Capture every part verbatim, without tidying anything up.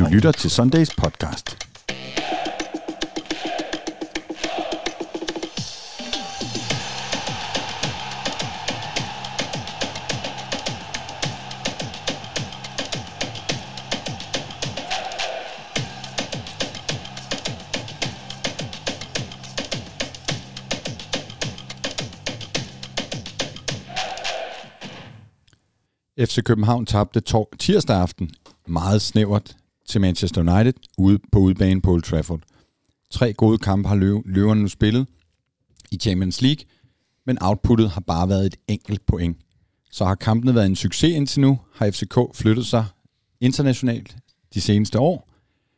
Du lytter til Sundays podcast. F C København tabte tor- tirsdag aften meget snævert til Manchester United ude på udebane på Old Trafford. Tre gode kampe har løv- løverne nu spillet i Champions League, men outputtet har bare været et enkelt point. Så har kampene været en succes indtil nu, har F C K flyttet sig internationalt de seneste år.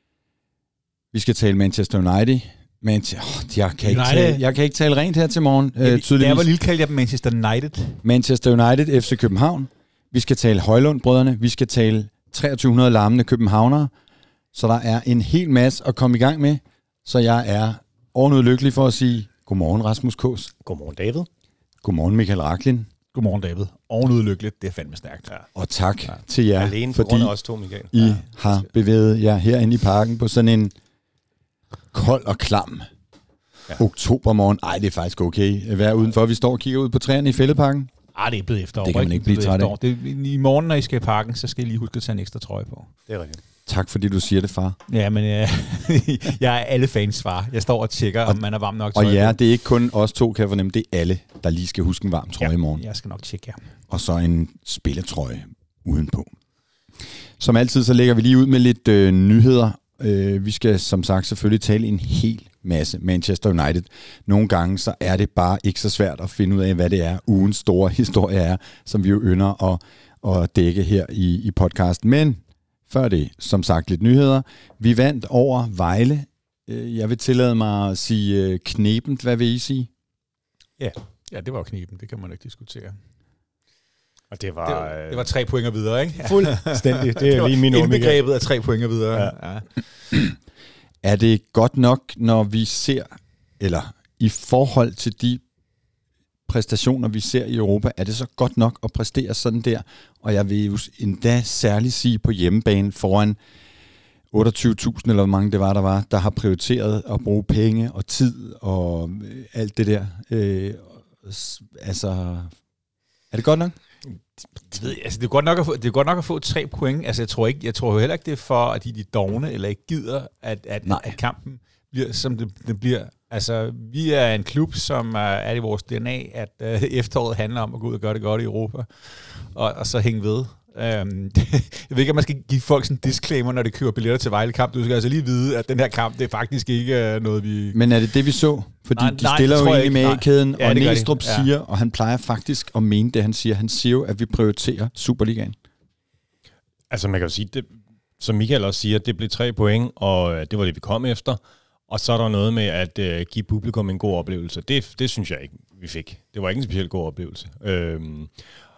Vi skal tale Manchester United. Manchester, oh, jeg, kan ikke tale, jeg kan ikke tale rent her til morgen. Ja, øh, da jeg var lille, kaldte jeg dem Manchester United. Manchester United, F C København. Vi skal tale Højlund-brødrene, vi skal tale treogtyve hundrede larmende københavnere, så der er en hel masse at komme i gang med, så jeg er ovenud lykkelig for at sige godmorgen Rasmus Kås. Godmorgen David. Godmorgen Michael Raklin. Godmorgen David. Ovenud lykkeligt, det er fandme stærkt. Ja. Og tak ja. til jer, alene fordi grund af os to, Michael. I ja. har bevæget jer herinde i parken på sådan en kold og klam ja. oktobermorgen. Ej, det er faktisk okay. Vær udenfor, vi står og kigger ud på træerne i Fælledparken. Ah, det er blevet efterår. Det kan man ikke blive træt af. Det, I morgen, når I skal i parken, så skal I lige huske at tage en ekstra trøje på. Det er rigtigt. Tak fordi du siger det, far. Ja, men jeg, jeg er alle fans far. Jeg står og tjekker, og, om man er varm nok trøje. Og ja, det er ikke kun os to, kan jeg fornemme. Det er alle, der lige skal huske en varm trøje ja, i morgen. Jeg skal nok tjekke, ja. Og så en spilletrøje udenpå. Som altid, så lægger vi lige ud med lidt øh, nyheder. Øh, vi skal som sagt selvfølgelig tale en hel masse Manchester United. Nogle gange så er det bare ikke så svært at finde ud af, hvad det er, ugens store historie er, som vi jo ynder at, at dække her i, i podcasten. Men før det, som sagt, lidt nyheder. Vi vandt over Vejle. Jeg vil tillade mig at sige knebent. Hvad vil I sige? Ja, ja det var jo knepen. Det kan man ikke diskutere. Og det var, det var, det var tre pointer videre, ikke? Fuldstændig. Det er lige min ord, indbegrebet af tre pointer videre. Ja. Ja. Er det godt nok, når vi ser, eller i forhold til de præstationer, vi ser i Europa, er det så godt nok at præstere sådan der? Og jeg vil jo endda særligt sige på hjemmebane foran otteogtyve tusind, eller hvor mange det var, der var, der har prioriteret at bruge penge og tid og alt det der. Øh, altså, er det godt nok? Det, ved jeg, altså det er godt nok at få, det er godt nok at få tre point. Altså jeg tror ikke, jeg tror jo heller ikke det er for at de er dogne eller ikke gider at, at, at kampen bliver som det, det bliver. Altså vi er en klub som er, er i vores D N A, at uh, efteråret handler om at gå ud og gøre det godt i Europa og, og så hænge ved. Um, jeg ved ikke, om man skal give folk sådan en disclaimer, når de køber billetter til Vejle kamp. Du skal altså lige vide, at den her kamp, det er faktisk ikke uh, noget, vi... Men er det det, vi så? Fordi nej, de nej, stiller jo egentlig med A-kæden, ja, og Næstrup ja. siger, og han plejer faktisk at mene det, han siger. Han siger jo, at vi prioriterer Superligaen. Altså man kan jo sige, det, som Michael også siger, det blev tre point, og det var det, vi kom efter. Og så er der noget med at uh, give publikum en god oplevelse. Det, det synes jeg ikke, vi fik. Det var ikke en specielt god oplevelse. Øhm,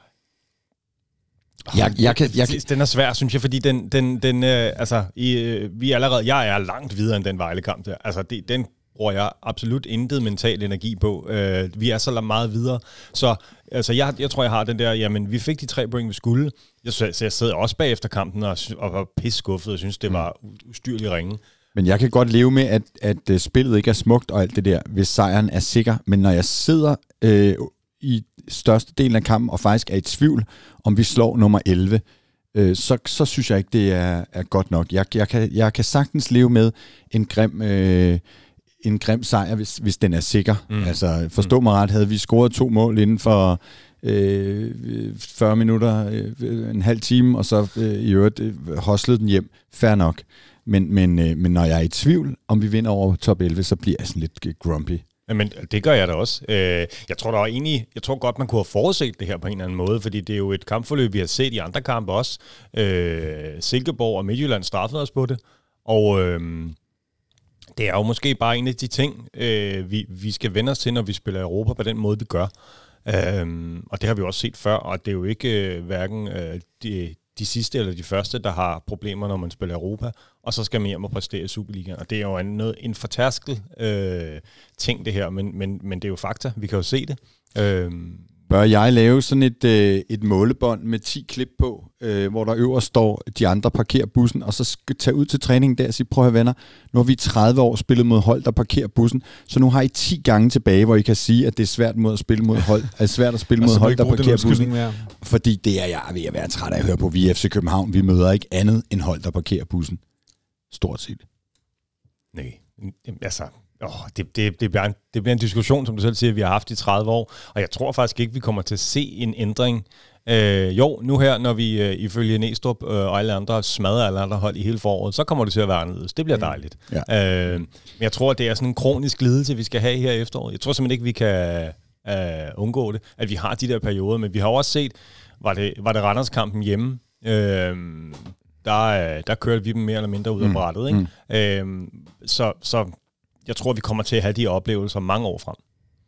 Jeg, jeg kan, jeg kan... Den er svær, synes jeg, fordi den, den, den øh, altså, i, øh, vi er allerede, jeg er langt videre end den Vejle-kamp der. Altså, det, den bruger jeg absolut intet mental energi på. Øh, vi er så meget videre. Så altså, jeg, jeg tror, jeg har den der, jamen, vi fik de tre point, vi skulle. Jeg, så jeg sad også bag efter kampen og, og var pissekuffet og synes, det var ustyrligt ringe. Men jeg kan godt leve med, at, at, at spillet ikke er smukt og alt det der, hvis sejren er sikker. Men når jeg sidder øh, i største delen af kampen og faktisk er i tvivl, om vi slår nummer elleve, øh, så, så synes jeg ikke, det er, er godt nok. Jeg, jeg, kan, jeg kan sagtens leve med en grim, øh, en grim sejr, hvis, hvis den er sikker. Mm. Altså, forstå mig ret, havde vi scoret to mål inden for øh, fyrre minutter, øh, en halv time, og så øh, i øvrigt øh, hoslet den hjem, fair nok. Men, men, øh, men når jeg er i tvivl, om vi vinder over top elleve, så bliver jeg sådan lidt grumpy. Men det gør jeg da også. Jeg tror, der var egentlig, jeg tror godt, man kunne have forudset det her på en eller anden måde, fordi det er jo et kampforløb, vi har set i andre kampe også. Silkeborg og Midtjylland straffede os på det, og øh, det er jo måske bare en af de ting, øh, vi, vi skal vende os til, når vi spiller Europa på den måde, vi gør. Øh, og det har vi også set før, og det er jo ikke øh, hverken øh, de, de sidste eller de første, der har problemer, når man spiller Europa, og så skal man hjem og præstere i Superligaen. Og det er jo en, noget, en fortærskel øh, ting, det her, men, men, men det er jo fakta. Vi kan jo se det. Øh, Bør jeg lave sådan et, øh, et målebånd med ti klip på, øh, hvor der øverst står, de andre parkerer bussen, og så skal tage ud til træningen der og sige, prøv at høre venner, nu har vi i tredive år spillet mod hold, der parkerer bussen, så nu har I ti gange tilbage, hvor I kan sige, at det er svært mod at spille mod hold, er svært at spille mod hold, der parkerer bussen. Fordi det er jeg ved at være træt af at høre på. Vi er F C København, vi møder ikke andet end hold, der parkerer bussen. Stort set. Nej, altså... Oh, det, det, det, bliver en, det bliver en diskussion, som du selv siger, vi har haft i tredive år, og jeg tror faktisk ikke, vi kommer til at se en ændring. Øh, jo, nu her, når vi øh, ifølge Næstrup øh, og alle andre smadrer alle andre hold i hele foråret, så kommer det til at være anderledes. Det bliver dejligt. Ja. Øh, men jeg tror, det er sådan en kronisk lidelse, vi skal have her i efteråret. Jeg tror simpelthen ikke, vi kan øh, undgå det, at vi har de der perioder, men vi har også set, var det, var det Randers-kampen hjemme, øh, der, der kørte vi dem mere eller mindre ud af brættet. Ikke? Mm. Øh, så... så jeg tror, vi kommer til at have de oplevelser mange år frem.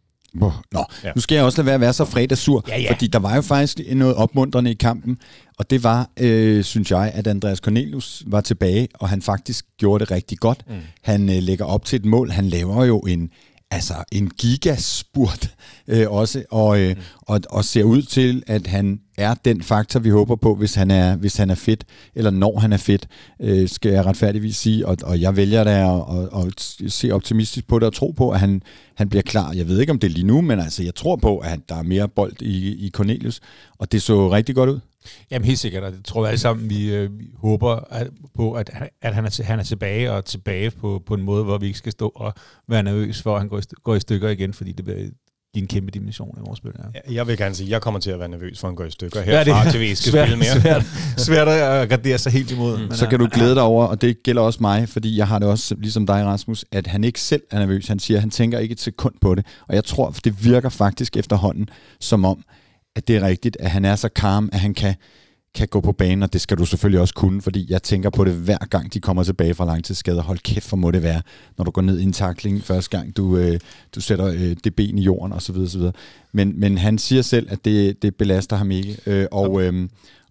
Nå, ja. Nu skal jeg også lade være at være så fredagssur, ja, ja. Fordi der var jo faktisk noget opmuntrende i kampen, og det var, øh, synes jeg, at Andreas Cornelius var tilbage, og han faktisk gjorde det rigtig godt. Mm. Han øh, lægger op til et mål. Han laver jo en, altså en gigaspurt øh, også, og, øh, mm. og, og ser ud til, at han er den faktor, vi håber på, hvis han er, hvis han er fedt, eller når han er fedt, øh, skal jeg retfærdigvis sige, og, og jeg vælger da at, at, at se optimistisk på det, og tro på, at han, han bliver klar. Jeg ved ikke, om det er lige nu, men altså, jeg tror på, at der er mere bold i, i Cornelius, og det så rigtig godt ud. Jamen helt sikkert, og det tror jeg alle sammen, vi, øh, vi håber at, på, at, at han, er, han er tilbage, og tilbage på, på en måde, hvor vi ikke skal stå og være nervøs for, at han går i, går i stykker igen, fordi det bliver give en kæmpe dimension i vores spil. Ja. Jeg vil gerne sige, at jeg kommer til at være nervøs for, at han går i stykker herfra, ja, til vi skal svært, spille mere. Svært, svært at gardere sig helt imod. Mm. Men så kan du glæde dig over, og det gælder også mig, fordi jeg har det også, ligesom dig, Rasmus, at han ikke selv er nervøs. Han siger, at han tænker ikke et sekund på det. Og jeg tror, det virker faktisk efterhånden, som om, at det er rigtigt, at han er så calm, at han kan kan gå på banen, og det skal du selvfølgelig også kunne, fordi jeg tænker på det hver gang, de kommer tilbage fra langtidsskader. Hold kæft, hvor må det være, når du går ned i en tackling første gang, du, øh, du sætter øh, det ben i jorden, osv. osv. Men, men han siger selv, at det, det belaster ham ikke, øh, og, øh,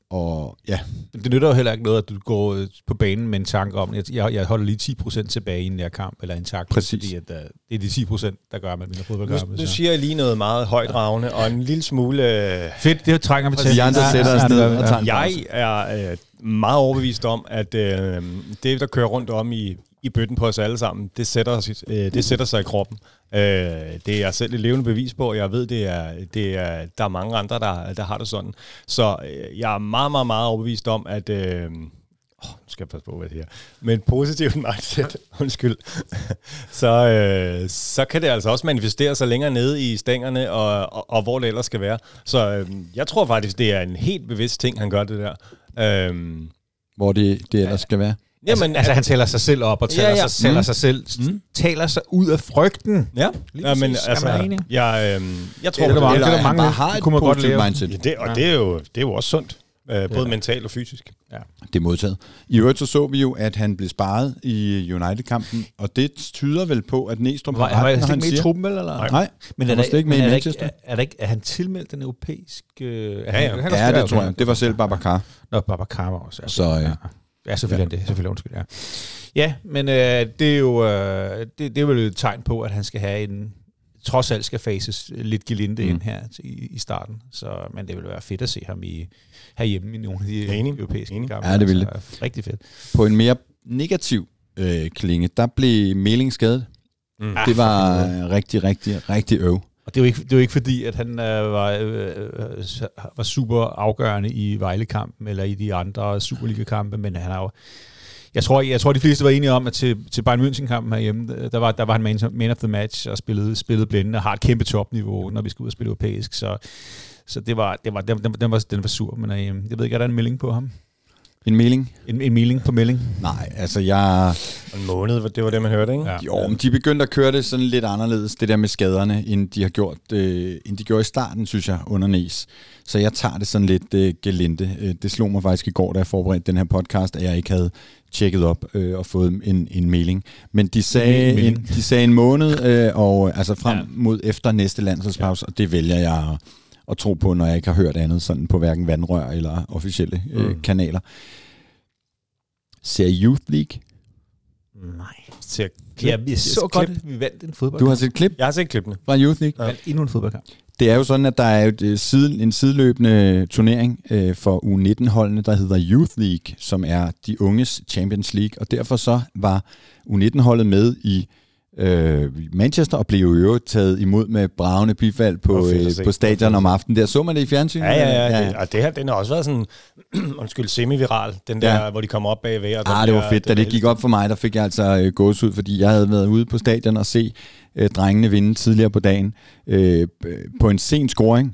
og ja. Det nytter jo heller ikke noget, at du går på banen med en tanke om, at jeg, jeg holder lige ti procent tilbage i en kamp eller en tackling. Præcis. Fordi at, uh, det er de ti procent, der gør, at man vinder fodboldkampe. Nu, nu siger jeg lige noget meget højdragende, ja. Og en lille smule... Fedt, det trænger vi til. De andre sætter os ned og tager en Jeg er øh, meget overbevist om, at øh, det, der kører rundt om i, i bøtten på os alle sammen, det sætter, øh, det sætter sig i kroppen. Øh, det er selv et levende bevis på, og jeg ved, det er, det er, der er mange andre, der, der har det sådan. Så øh, jeg er meget, meget, meget overbevist om, at... Øh, Oh, nu skal jeg passe på, hvad det her. Men et positivt mindset, undskyld, så, øh, så kan det altså også manifestere sig længere nede i stængerne, og, og, og hvor det ellers skal være. Så øh, jeg tror faktisk, det er en helt bevidst ting, han gør det der. Øh, hvor det, det ellers skal være. Jamen, altså, altså han tæller sig selv op, og tæller, ja, ja. Sig, tæller mm. sig selv, mm. taler sig ud af frygten. Ja, ja men altså, jeg, øh, jeg tror, det er der, det er der mange, der har et positivt mindset. Ja, det, og ja. det, er jo, det er jo også sundt. Både ja. mentalt og fysisk. Ja. Det er modtaget. I øvrigt så så vi jo, at han blev sparet i United-kampen, og det tyder vel på, at Næstrup har ret, når han siger... med i truppen, eller? Nej, Nej. Men er, der, ikke med men er, ikke, er, er, der ikke, er han tilmeldt den europæiske... Øh, ja, ja. Han, ja, det tror jeg. Det var selv Babacar. Nå, Babacar var også. Så, øh, ja. ja, selvfølgelig ja. det. Selvfølgelig undskyld, ja. Ja, men øh, det er jo øh, det, det er vel et tegn på, at han skal have en... trods alt skal faces lidt gelinde mm. ind her i, i starten. Så, men det vil være fedt at se ham i, herhjemme i nogle af de Enig. europæiske Enig. kampe. Ja, det ville altså, rigtig fedt. På en mere negativ øh, klinge, der blev Meling skadet. Mm. Det var ah, rigtig, rigtig, rigtig øv. Og det er jo ikke, det er jo ikke fordi, at han øh, var, øh, var super afgørende i Vejle-kampen eller i de andre Superliga-kampe, men han har jo Jeg tror, jeg tror, de fleste var enige om, at til, til Bayern München-kampen herhjemme, der var, der var han man, man of the match og spillede, spillede blændende og har et kæmpe topniveau, når vi skal ud og spille europæisk. Så, så det var, det var, den, den, var, den var sur. Men øh, jeg ved ikke, er der en melding på ham? En melding? En, en melding på melding? Nej, altså jeg... En måned, det var det, man hørte, ikke? Ja. Jo, men de begyndte at køre det sådan lidt anderledes, det der med skaderne, end de har gjort, øh, end de gjorde i starten, synes jeg, under Næs. Så jeg tager det sådan lidt øh, gelinde. Øh, det slog mig faktisk i går, da jeg forberedte den her podcast, at jeg ikke havde tjekket op øh, og fået en, en mailing. Men de sagde, en, de sagde en måned, øh, og altså frem ja. mod efter næste landsholdspause, ja. og det vælger jeg at, at tro på, når jeg ikke har hørt andet sådan på hverken vandrør eller officielle øh, mm. kanaler. Ser Youth League? Nej. Ser ja, vi så godt, vi vandt en fodboldkamp. Du har set klip? Jeg har set klippene. Fra Youth League? Vi vandt endnu en fodboldkamp. det er jo sådan, at der er jo siden, en sideløbende turnering øh, for U nitten-holdene, der hedder Youth League, som er de unges Champions League, og derfor så var U nitten-holdet med i øh, Manchester og blev jo øvrigt taget imod med bragende bifald på, øh, på stadion om aftenen. Der så man det i fjernsynet. Ja, ja, ja. ja. Det, og det her, den har også været sådan, undskyld, semi-viral, den der, ja. hvor de kommer op bagved. Og ah, det var fedt. Da det gik op for mig, der fik jeg altså øh, gås ud, fordi jeg havde været ude på stadion og se øh, drengene vinde tidligere på dagen øh, på en sen scoring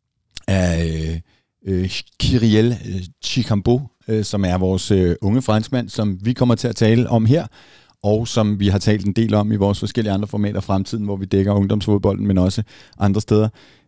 af øh, øh, Kyriel øh, Chikambo, øh, som er vores øh, unge franskmand, som vi kommer til at tale om her, og som vi har talt en del om i vores forskellige andre formater fremtiden, hvor vi dækker ungdomsfodbolden, men også andre steder.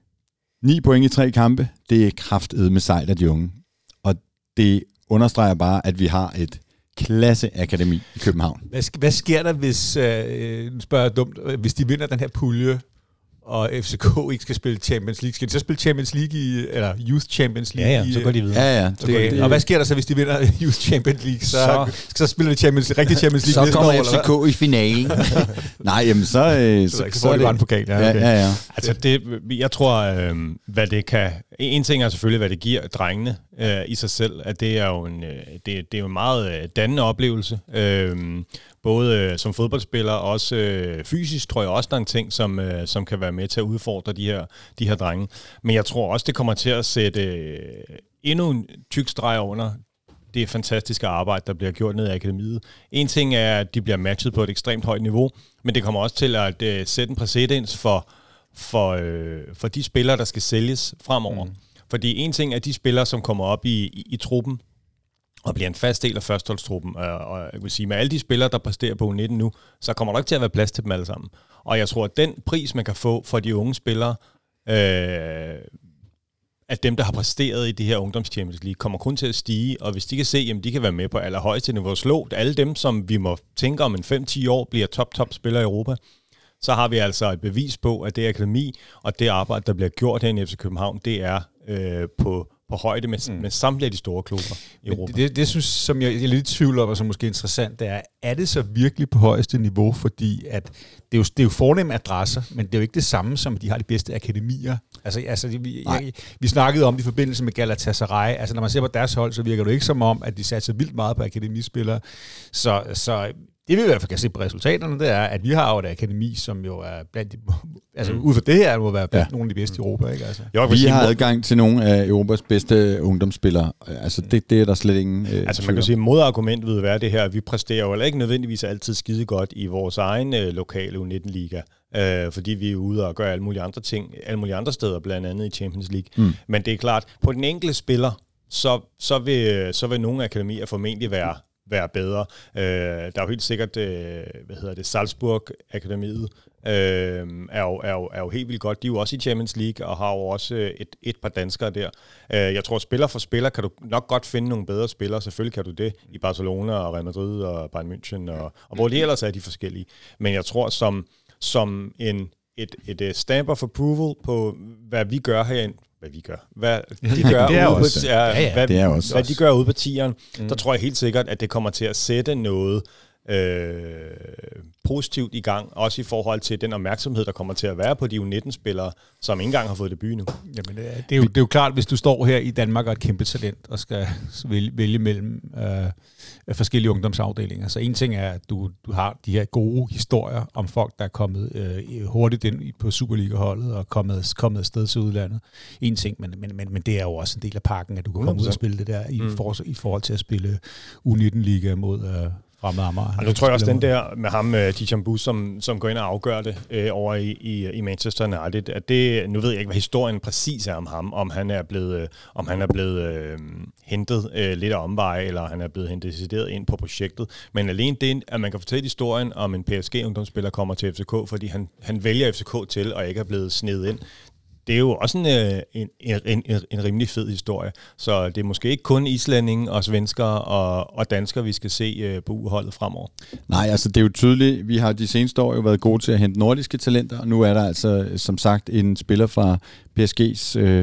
Ni point i tre kampe, det er kraftedme sejt af de unge. Og det understreger bare, at vi har et klasseakademi i København. Hvad, hvad sker der, hvis, øh, spørger jeg dumt, hvis de vinder den her pulje, og F C K ikke skal spille Champions League? Skal de så spille Champions League i, eller Youth Champions League? Ja, ja, så går de videre. Ja, ja. Okay. Det, og hvad sker der så, hvis de vinder Youth Champions League? Så, så, så spiller de Champions, rigtig Champions League så næste år, Så kommer F C K i finalen. Nej, jamen så... Øh, så, så, så er det bare en pokal. Ja, okay. ja, ja, ja. Altså, det, jeg tror, øh, hvad det kan... En ting er selvfølgelig, hvad det giver drengene øh, i sig selv, at det er jo en, øh, det, det er jo en meget øh, dannende oplevelse. Øh, både øh, som fodboldspiller og også øh, fysisk, tror jeg også, der er en ting, som, øh, som kan være med til at udfordre de her, de her drenge. Men jeg tror også, det kommer til at sætte øh, endnu en tyk streg under det fantastiske arbejde, der bliver gjort ned i akademiet. En ting er, at de bliver matchet på et ekstremt højt niveau, men det kommer også til at øh, sætte en præcedens for, for, øh, for de spillere, der skal sælges fremover. Mm. Fordi en ting er de spillere, som kommer op i, i, i truppen, og bliver en fast del af førsteholdstruppen. Og jeg vil sige, med alle de spillere, der præsterer på U nitten nu, så kommer der ikke til at være plads til dem alle sammen. Og jeg tror, at den pris, man kan få for de unge spillere, øh, at dem, der har præsteret i det her ungdomschampions League, kommer kun til at stige. Og hvis de kan se, at de kan være med på allerhøjeste niveau og slå alle dem, som vi må tænke om en fem til ti år, bliver top-top spillere i Europa, så har vi altså et bevis på, at det akademi og det arbejde, der bliver gjort her i F C København, det er øh, på på højde med, mm. med samtlige af de store klubber i Europa. Det, det, det synes, som jeg, jeg er lidt i tvivl om, og som måske er interessant, det er, er det så virkelig på højeste niveau, fordi at det er jo, det er jo fornemme adresser, men det er jo ikke det samme, som de har de bedste akademier. Altså, altså vi, jeg, vi snakkede om det i forbindelse med Galatasaray. Altså, når man ser på deres hold, så virker det ikke som om, at de satser vildt meget på akademispillere. Så, så det vi i hvert fald kan se på resultaterne, det er, at vi har jo et akademi, som jo er blandt de, altså mm. ud fra det her, må være blandt ja. nogle af de bedste i Europa, ikke? Altså. Jo, vi har adgang til nogle af Europas bedste ungdomsspillere. Altså, det, det er der slet ingen... Øh, altså, man kan sige, at modargumentet vil være det her, at vi præsterer jo ikke nødvendigvis altid skide godt i vores egen øh, lokale U nitten-liga. Øh, fordi vi er ude og gør alle mulige andre ting, alle mulige andre steder, blandt andet i Champions League. Mm. Men det er klart, på den enkelte spiller, så, så, vil, så vil nogle akademier formentlig være være bedre. Øh, der er jo helt sikkert, øh, hvad hedder det, Salzburg-akademiet øh, er, jo, er, jo, er jo helt vildt godt. De er jo også i Champions League og har jo også et, et par danskere der. Øh, jeg tror, spiller for spiller kan du nok godt finde nogle bedre spillere. Selvfølgelig kan du det i Barcelona og Real Madrid og Bayern München og, og hvor de ellers er de forskellige. Men jeg tror, som, som en, et, et stamp of approval på, hvad vi gør herinde, hvad vi gør. Hvad de gør det er ude også, på, er, ja, ja, hvad, det er også. hvad de gør ude på tieren, mm. der tror jeg helt sikkert, at det kommer til at sætte noget øh, positivt i gang, også i forhold til den opmærksomhed, der kommer til at være på de U nitten-spillere, som ikke engang har fået debut nu. Jamen, det, er, det, er jo, det er jo klart, hvis du står her i Danmark og et kæmpe talent, og skal vælge, vælge mellem øh, forskellige ungdomsafdelinger. Så en ting er, at du, du har de her gode historier om folk, der er kommet øh, hurtigt ind på Superliga-holdet og kommet, kommet afsted til udlandet. En ting, men, men, men, men det er jo også en del af pakken, at du kan komme ud og spille det der i, mm. for, i forhold til at spille U nitten-liga mod... Øh, Og nu tror jeg også, den der med ham, Dichambu, som, som går ind og afgør det øh, over i, i, i Manchester United, at det, nu ved jeg ikke, hvad historien præcis er om ham, om han er blevet, øh, om han er blevet øh, hentet øh, lidt af omveje, eller han er blevet hentet decideret ind på projektet. Men alene det, at man kan fortælle historien om en P S G-ungdomsspiller kommer til F C K, fordi han, han vælger F C K til, og ikke er blevet snedet ind. Det er jo også en, en, en, en, en rimelig fed historie. Så det er måske ikke kun islændinge og svenskere og, og danskere, vi skal se på U-holdet fremover. Nej, altså det er jo tydeligt. Vi har de seneste år jo været gode til at hente nordiske talenter, og nu er der altså som sagt en spiller fra P S G's øh,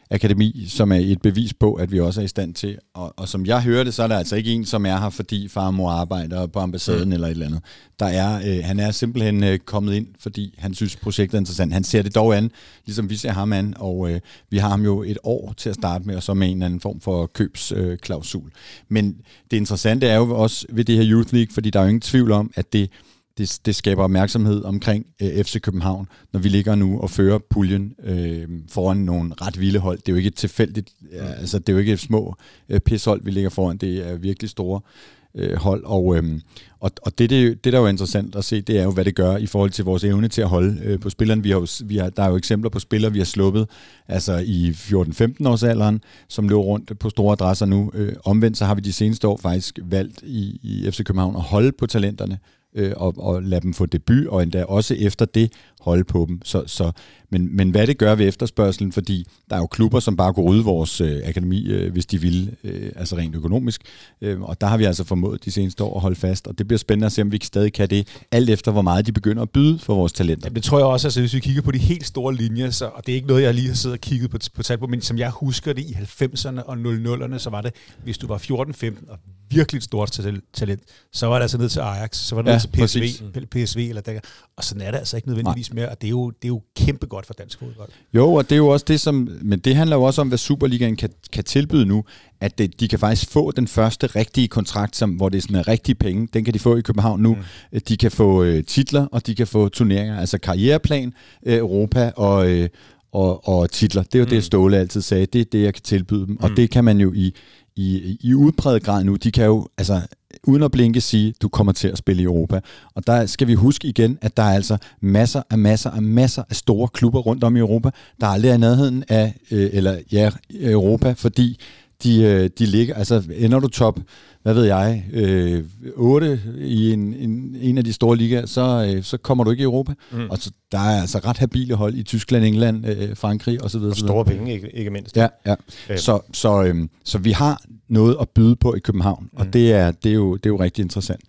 akademi, som er et bevis på, at vi også er i stand til. Og, og som jeg hører det, så er der altså ikke en, som er her, fordi far og mor arbejder på ambassaden mm. eller et eller andet. Der er, øh, han er simpelthen øh, kommet ind, fordi han synes, projektet er interessant. Han ser det dog an, ligesom vi ser ham an, og øh, vi har ham jo et år til at starte med, og så med en eller anden form for købsklausul. Øh, Men det interessante er jo også ved det her Youth League, fordi der er jo ingen tvivl om, at det Det, det skaber opmærksomhed omkring øh, F C København, når vi ligger nu og fører puljen øh, foran nogle ret vilde hold. Det er jo ikke et tilfældigt, ja, altså det er jo ikke et små øh, pishold, vi ligger foran. Det er virkelig store øh, hold, og, øh, og, og det, det, det, der er jo interessant at se, det er jo, hvad det gør i forhold til vores evne til at holde øh, på spilleren. Vi har jo, vi har, der er jo eksempler på spillere, vi har sluppet altså i fjorten femten års alderen, som løber rundt på store adresser nu. Øh, omvendt så har vi de seneste år faktisk valgt i, i F C København at holde på talenterne, Øh, og, og lade dem få debut, og endda også efter det holde på dem. Så, så, men, men hvad det gør ved efterspørgselen, fordi der er jo klubber, som bare kunne rydde vores øh, akademi, øh, hvis de ville, øh, altså rent økonomisk. Øh, og der har vi altså formået de seneste år at holde fast, og det bliver spændende at se, om vi stadig kan det, alt efter hvor meget de begynder at byde for vores talenter. Jamen, det tror jeg også, altså hvis vi kigger på de helt store linjer, så, og det er ikke noget, jeg lige har siddet og kigget på, på tal på, men som jeg husker det i halvfemserne og nullerne, så var det, hvis du var fjorten femten og virkelig et stort talent, så var det altså ned til Ajax, så var det ja, ned til P S V, P S V eller der, og sådan er det altså ikke nødvendigvis mere, og det er jo, det er jo kæmpe godt for dansk fodbold. Jo, og det er jo også det, som, men det handler jo også om, hvad Superligaen kan, kan tilbyde nu, at det, de kan faktisk få den første rigtige kontrakt, som, hvor det er sådan en rigtig penge, den kan de få i København nu. Mm. De kan få øh, titler, og de kan få turneringer, altså karriereplan, øh, Europa og, øh, og, og titler. Det er jo mm. det, Ståle altid sagde, det er det, jeg kan tilbyde dem, mm. og det kan man jo i I, i udpræget grad nu, de kan jo, altså uden at blinke sige, du kommer til at spille i Europa. Og der skal vi huske igen, at der er altså masser af masser af masser af store klubber rundt om i Europa, der aldrig er i nærheden af, øh, eller ja, Europa, fordi de, øh, de ligger, altså ender du top, hvad ved jeg, øh, otte i en, en, en af de store ligaer, så, øh, så kommer du ikke i Europa. Mm. Og så, der er altså ret habile hold i Tyskland, England, øh, Frankrig osv. Og store penge, ikke, ikke mindst. Ja, ja. Øh. Så, så, øh, så vi har noget at byde på i København, og mm. det, er, det, er jo, det er jo rigtig interessant.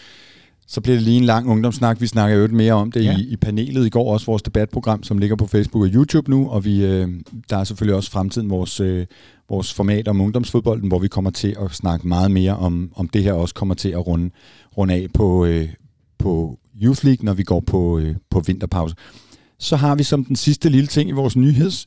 Så bliver det lige en lang ungdomssnak. Vi snakker jo mere om det ja. i, i panelet i går, også vores debatprogram, som ligger på Facebook og YouTube nu, og vi, øh, der er selvfølgelig også fremtiden vores, øh, vores format om ungdomsfodbolden, hvor vi kommer til at snakke meget mere om, om det her også kommer til at runde, runde af på, øh, på Youth League, når vi går på, øh, på vinterpause. Så har vi som den sidste lille ting i vores nyheds...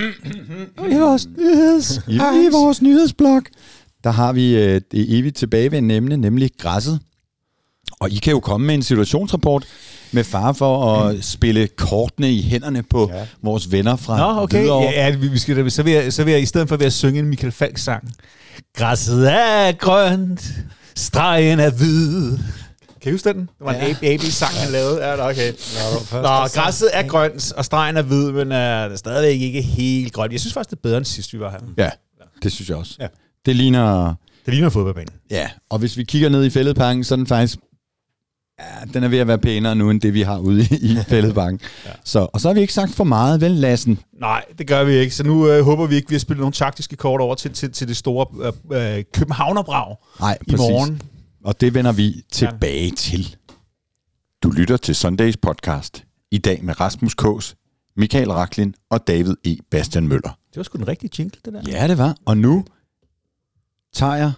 I vores nyheds... I, i vores nyhedsblog, der har vi øh, det evigt tilbagevendende emne, nemlig græsset. Og I kan jo komme med en situationsrapport med fare for at mm. spille kortene i hænderne på ja. vores venner fra Nå, okay. Ja, ja, vi skal, så, vil jeg, så vil jeg i stedet for at synge en Michael Falch-sang. Græsset er grønt, stregen er hvid. Kan I huske den? Det var en ja. A B-sang, han lavede. Ja, okay. Nå, Nå græsset er grønt, og stregen er hvid, men er stadigvæk ikke helt grønt. Jeg synes faktisk, det er bedre end sidst, vi var her. Ja, det synes jeg også. Ja. Det ligner... Det ligner fodboldbanen. Ja, og hvis vi kigger ned i Fælledparken, så er den faktisk... Ja, den er ved at være pænere nu, end det vi har ude i Fælledparken. ja. Så, og så har vi ikke sagt for meget, vel Lassen? Nej, det gør vi ikke. Så nu øh, håber vi ikke, vi har spillet nogle taktiske kort over til, til, til det store øh, Københavnerbrag Nej, i morgen. Og det vender vi tilbage ja. til. Du lytter til Sundays podcast. I dag med Rasmus Kaas, Michael Raklin og David E. Bastian Møller. Det var sgu den rigtige jingle, det der. Ja, det var. Og nu tager jeg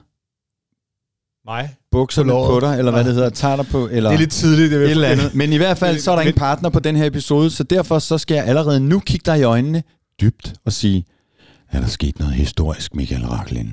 mig bukserne på, på dig, eller hvad det hedder, tager dig på, eller det er lidt tidligt, det et eller andet. Men i hvert fald, så er der ingen partner på den her episode, så derfor så skal jeg allerede nu kigge dig i øjnene dybt og sige, er der sket noget historisk, Michael Raklin?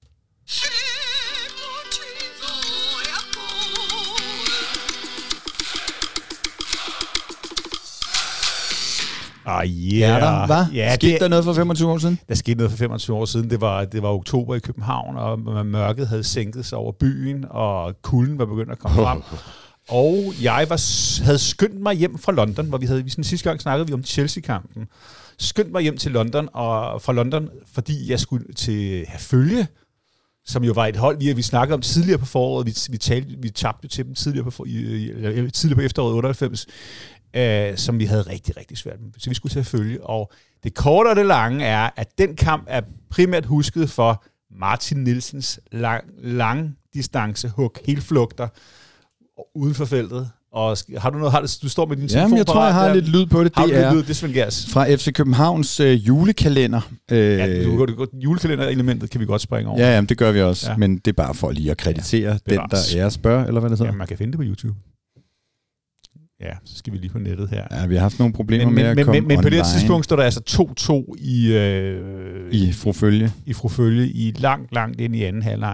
Ah, yeah. Er der, hvad? Ja, skete det, der noget for femogtyve år siden? Der skete noget for femogtyve år siden. Det var, det var oktober i København, og mørket havde sænket sig over byen, og kulden var begyndt at komme frem. Og jeg var, havde skyndt mig hjem fra London, hvor vi havde, vi sådan, sidste gang snakkede vi om Chelsea-kampen. Skyndt mig hjem til London, og fra London, fordi jeg skulle til Herfølge, som jo var et hold, vi, vi snakkede om tidligere på foråret. Vi, vi, talte, vi tabte til dem tidligere på, for, i, tidligere på efteråret otteoghalvfems. Uh, som vi havde rigtig, rigtig svært med. Så vi skulle til at følge. Og det korte og det lange er, at den kamp er primært husket for Martin Nielsens lang, lang distance hug, helt flugter uden for feltet. Og har du noget, har du, du står med din telefon? Jamen, jeg tror, jeg har der. lidt lyd på det. Har det du er lyd? Det er Svend Gers. Fra F C Københavns øh, julekalender. Øh, ja, du, du, julekalender-elementet kan vi godt springe over. Ja, jamen, det gør vi også. Ja. Men det er bare for lige at kreditere ja, den, der er spørger, eller hvad det hedder. Ja, man kan finde det på YouTube. Ja, så skal vi lige på nettet her. Ja, vi har haft nogle problemer men, med men, at men, komme Men, men på online. det her tidspunkt står der altså to to i... Øh, I Frufølge. I Frufølge, i langt, langt ind i anden halvleg.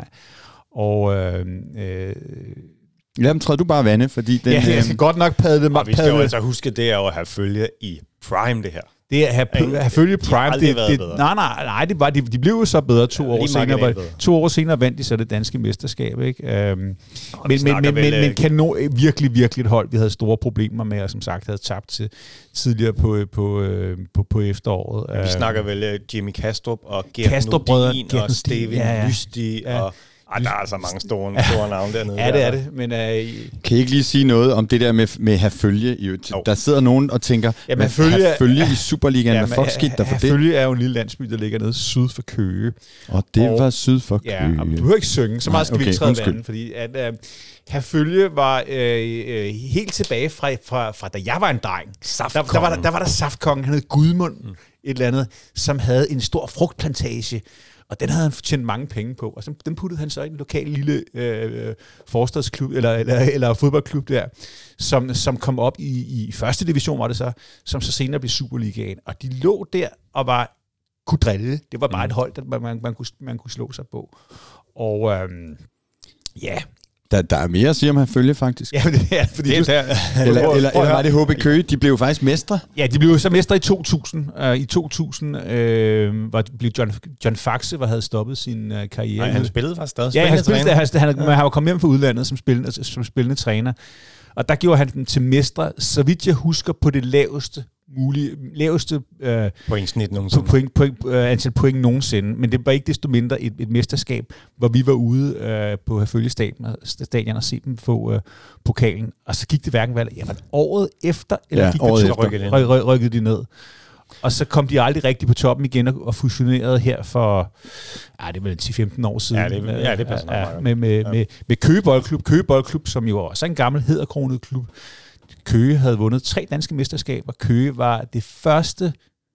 Og... Øh, øh, Jamen, tror du bare vande, fordi den... Ja, jeg skal øh, godt nok padle mig. Vi skal jo altså huske, det er jo at have følge i Prime, det her. Det er at have, have følge Prime. De det, det, nej, nej, nej, det var, de, de blev jo så bedre to ja, år senere. Var, to år senere vandt de så det danske mesterskab, ikke? Øhm, men men, men, men, men kanon, virkelig, virkelig et hold, vi havde store problemer med, og som sagt havde tabt til tidligere på, på, på, på efteråret. Ja, vi snakker vel Jimmy Kastrup og Gert Nordin og Steven ja, ja. Lysti ja. og... Ej, der er altså mange store, store navne dernede. Ja, det er det. Men, uh, kan I ikke lige sige noget om det der med, med at have følge? I, oh. Der sidder nogen og tænker, ja, men følge, have følge i Superligaen. Ja, hvad fuck skete der for det? Følge er jo en lille landsby, der ligger nede syd for Køge. Og det og, var syd for Køge. Ja, du behøver ikke synge. Så meget skal okay, vi ikke træde vandet, fordi at uh, Herfølge var uh, uh, helt tilbage fra, fra, fra, da jeg var en dreng. Der, der, var der, der var der Saftkongen, han hed Gudmund, mm. et eller andet, som havde en stor frugtplantage. Og den havde han tjent mange penge på, og så, den puttede han så i en lokal lille øh, forstadsklub, eller, eller, eller fodboldklub der, som, som kom op i, i første division, var det så, som så senere blev Superligaen. Og de lå der og var, kunne drille. Det var bare mm. et hold, der man, man, kunne, man kunne slå sig på. Og øhm, ja... Der, der er mere at sige om at følge, faktisk. Ja, det er, fordi det er, du, eller, eller, eller var det H B Køge? De blev jo faktisk mestre. Ja, de blev jo så mestre i to tusind. Uh, I to tusind øh, var, blev John, John Faxe, der havde stoppet sin uh, karriere. Nej, han spillede faktisk stadig. Ja, han, spillede, han, han, han var kommet hjem fra udlandet som spillende, som spillende træner. Og der gjorde han dem til mestre, så vidt jeg husker, på det laveste mulige, laveste øh, pointsnit nogensinde. Point, point, øh, antal point nogensinde. Men det var ikke desto mindre et, et mesterskab, hvor vi var ude øh, på Herfølge stadion og se dem få øh, pokalen. Og så gik det hverken valg. Ja, var det året efter, eller ja, gik året det efter. Rykkede, ryk, ryk, rykkede de ned. Og så kom de aldrig rigtig på toppen igen og, og fusionerede her for, ja, det var ti til femten år siden. Ja, det, ja, det passer ja, med, med, ja. med, med Køge Boldklub. Køge Boldklub, som jo også er en gammel hæderkronet klub. Køge havde vundet tre danske mesterskaber. Køge var det første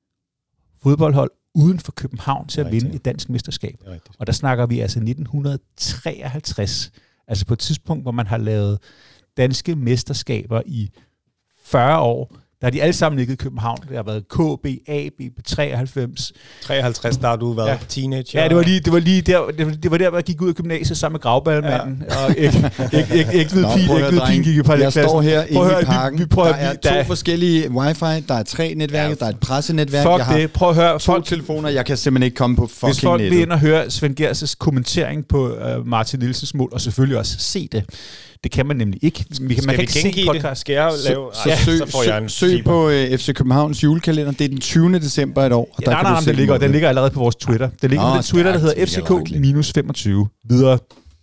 fodboldhold uden for København til at vinde et dansk mesterskab. Og der snakker vi altså nitten treoghalvtreds. Altså på et tidspunkt, hvor man har lavet danske mesterskaber i fyrre år. Der har de alle sammen ligget i København. Det har været K B, A B, treoghalvfems. treoghalvtreds, der har du været ja. teenager. Ja, det var lige, det var lige der, det var der, hvor jeg gik ud af gymnasiet sammen med Gravballemanden. Ja. Og ikke, ikke, ikke, ikke ved pige gik i parallelklassen. Jeg står her inde i parken. Vi, vi der er to der forskellige wifi, der er tre netværker, ja. Der er et pressenetværk. Fuck jeg har det, prøv at høre. To folk, telefoner, jeg kan simpelthen ikke komme på fucking nettet. Hvis folk vil ind og høre Svend Gers' kommentering på uh, Martin Nielsens mål, og selvfølgelig også se det. Det kan man nemlig ikke. Vi kan, man kan ikke se podcast. Skal jeg lave? Så, så, søg, så får jeg en søg på uh, F C Københavns julekalender. Det er den tyvende december et år. Og ja, der nej, nej, den ligger, den ligger allerede på vores Twitter. Den ligger på den Twitter, der hedder F C K femogtyve. Videre.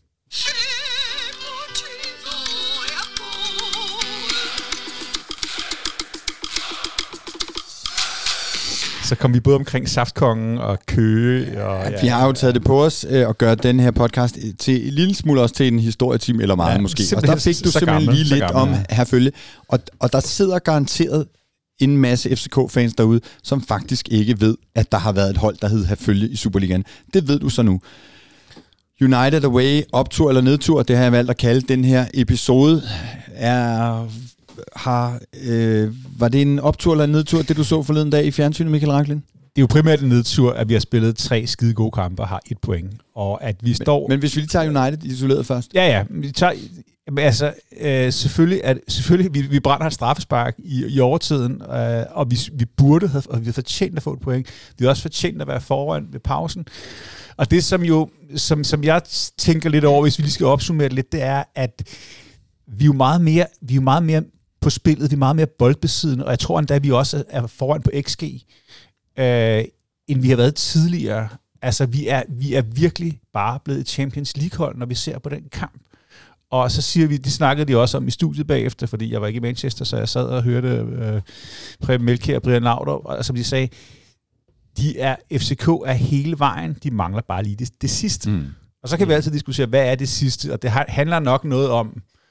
Så kom vi både omkring Saftkongen og Køge. Og, ja, vi har jo taget det på os øh, at gøre den her podcast til en lille smule også til en historietime, eller meget ja, måske. Og der fik du simpelthen gammel, lige lidt gammel, om ja. Herfølge. Og, og der sidder garanteret en masse F C K-fans derude, som faktisk ikke ved, at der har været et hold, der hed Herfølge i Superligaen. Det ved du så nu. United Away, optur eller nedtur, det har jeg valgt at kalde den her episode, er... Har, øh, var det en optur eller en nedtur, det du så forleden dag i fjernsynet, Michael Rachlin? Det er jo primært en nedtur, at vi har spillet tre skide gode kampe og har et point. Og at vi står... Men, men hvis vi lige tager United isoleret først? Ja, ja. Vi tager, altså, øh, selvfølgelig, at, selvfølgelig vi, vi brænder et straffespark i, i overtiden, øh, og vi, vi burde have, og vi har fortjent at få et point. Vi har også fortjent at være foran ved pausen. Og det, som, jo, som, som jeg tænker lidt over, hvis vi lige skal opsummere det lidt, det er, at vi er jo meget mere... Vi er jo meget mere på spillet, vi er meget mere boldbesiddende, og jeg tror endda, at vi også er foran på X G, øh, end vi har været tidligere. Altså, vi er, vi er virkelig bare blevet et Champions League-hold, når vi ser på den kamp. Og så siger vi, det snakkede de også om i studiet bagefter, fordi jeg var ikke i Manchester, så jeg sad og hørte øh, Preben Melkjær og Brian Laudrup, og som de sagde, de er, F C K er hele vejen, de mangler bare lige det, det sidste. Mm. Og så kan vi altid diskutere, hvad er det sidste, og det handler nok noget om,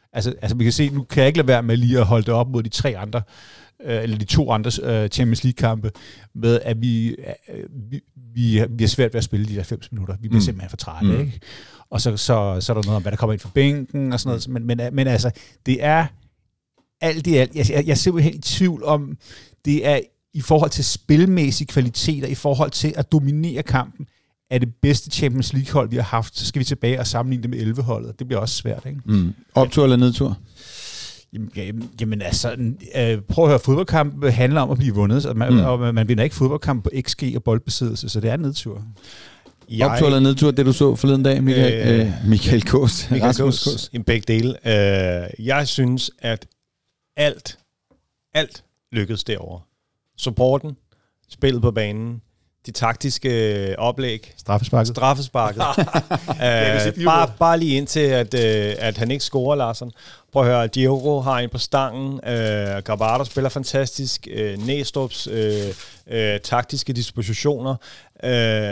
Altså, altså vi kan se, nu kan jeg ikke lade være med lige at holde det op mod de tre andre, øh, eller de to andre øh, Champions League-kampe, med at vi, øh, vi, vi, vi er svært ved at spille de der halvfems minutter. Vi bliver mm. simpelthen for trætte, mm. ikke? Og så, så, så er der noget om, hvad der kommer ind fra bænken og sådan noget. Men, men, men altså, det er alt i alt. Jeg, jeg, jeg er simpelthen i tvivl om, det er i forhold til spilmæssige kvaliteter, i forhold til at dominere kampen, er det bedste Champions League-hold, vi har haft, så skal vi tilbage og sammenligne det med elleve-holdet. Det bliver også svært, ikke? Mm. Optur eller nedtur? Jamen, jamen altså, øh, prøv at høre, fodboldkamp handler om at blive vundet, og man, mm. og man vinder ikke fodboldkamp på X G og boldbesiddelse, så det er nedtur. Jeg, Optur eller nedtur, det du så forleden dag, Michael, øh, øh, Michael Kås, Michael Rasmus Kås, en begge dele. Uh, jeg synes, at alt, alt lykkedes derovre. Supporten, spillet på banen, de taktiske oplæg, straffesparket, straffesparket. uh, bare, bare lige indtil, at, uh, at han ikke scorer, Larsen. Prøv at høre, Diogo har en på stangen, uh, Grabato spiller fantastisk, uh, Næstrup's uh, uh, taktiske dispositioner. Uh,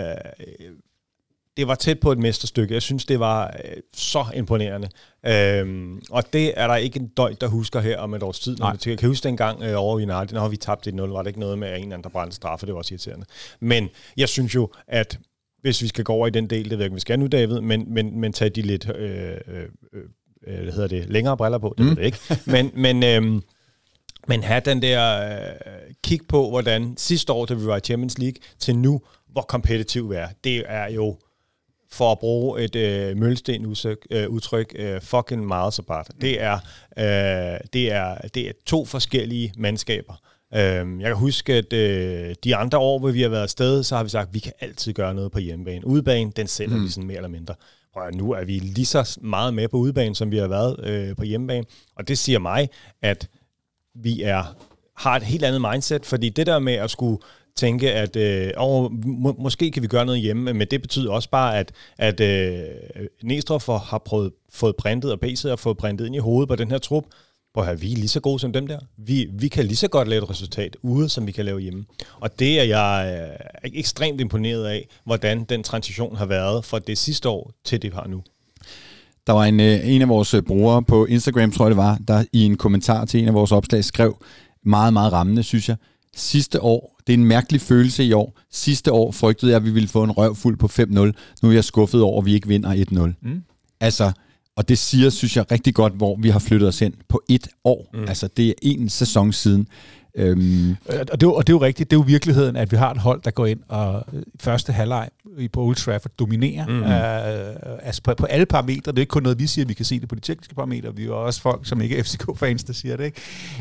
det var tæt på et mesterstykke. Jeg synes, det var uh, så imponerende. Uh, og det er der ikke en døjt, der husker her om et års tid. Når jeg kan huske dengang uh, over i United, når vi tabte et nul, var det ikke noget med, at en eller anden, der brændte straffe. Det var også irriterende. Men jeg synes jo, at hvis vi skal gå over i den del, det ved jeg ikke, vi skal nu, David, men, men, men tage de lidt øh, øh, øh, hvad hedder det, længere briller på, det mm. ved jeg ikke. Men, men, øh, men have den der øh, kig på, hvordan sidste år, da vi var i Champions League, til nu, hvor kompetitiv vi er. Det er jo, for at bruge et øh, Mølsten udsøg, øh, udtryk, øh, fucking miles apart. Det er, øh, det, er, det er to forskellige mandskaber. Jeg kan huske, at øh, de andre år, hvor vi har været afsted, så har vi sagt, at vi kan altid gøre noget på hjemmebane. Udebane, den sælger mm. vi sådan mere eller mindre. Og nu er vi lige så meget med på udebane, som vi har været øh, på hjemmebane. Og det siger mig, at vi er har et helt andet mindset, fordi det der med at skulle tænke, at øh, åh, må, måske kan vi gøre noget hjemme, men det betyder også bare, at, at øh, Næstrup har prøvet, fået printet, og P C har fået printet ind i hovedet på den her trup. Prøv at vi er lige så gode som dem der. Vi, vi kan lige så godt lave et resultat ude, som vi kan lave hjemme. Og det er jeg øh, ekstremt imponeret af, hvordan den transition har været fra det sidste år til det vi har nu. Der var en, en af vores brugere på Instagram, tror jeg det var, der i en kommentar til en af vores opslag skrev, meget, meget rammende, synes jeg. Sidste år, det er en mærkelig følelse i år. Sidste år frygtede jeg, at vi ville få en røvfuld på fem nul. Nu er jeg skuffet over, at vi ikke vinder et nul. Mm. Altså... Og det siger, synes jeg, rigtig godt, hvor vi har flyttet os hen på et år. Mm. Altså, det er en sæson siden. Øhm. Og, det er, og det er jo rigtigt. Det er jo virkeligheden, at vi har et hold, der går ind og første halvleg på Old Trafford dominerer. Mm. Uh, altså på, på alle parametre. Det er ikke kun noget, vi siger. Vi kan se det på de tekniske parametre. Vi er jo også folk, som ikke er F C K-fans, der siger det.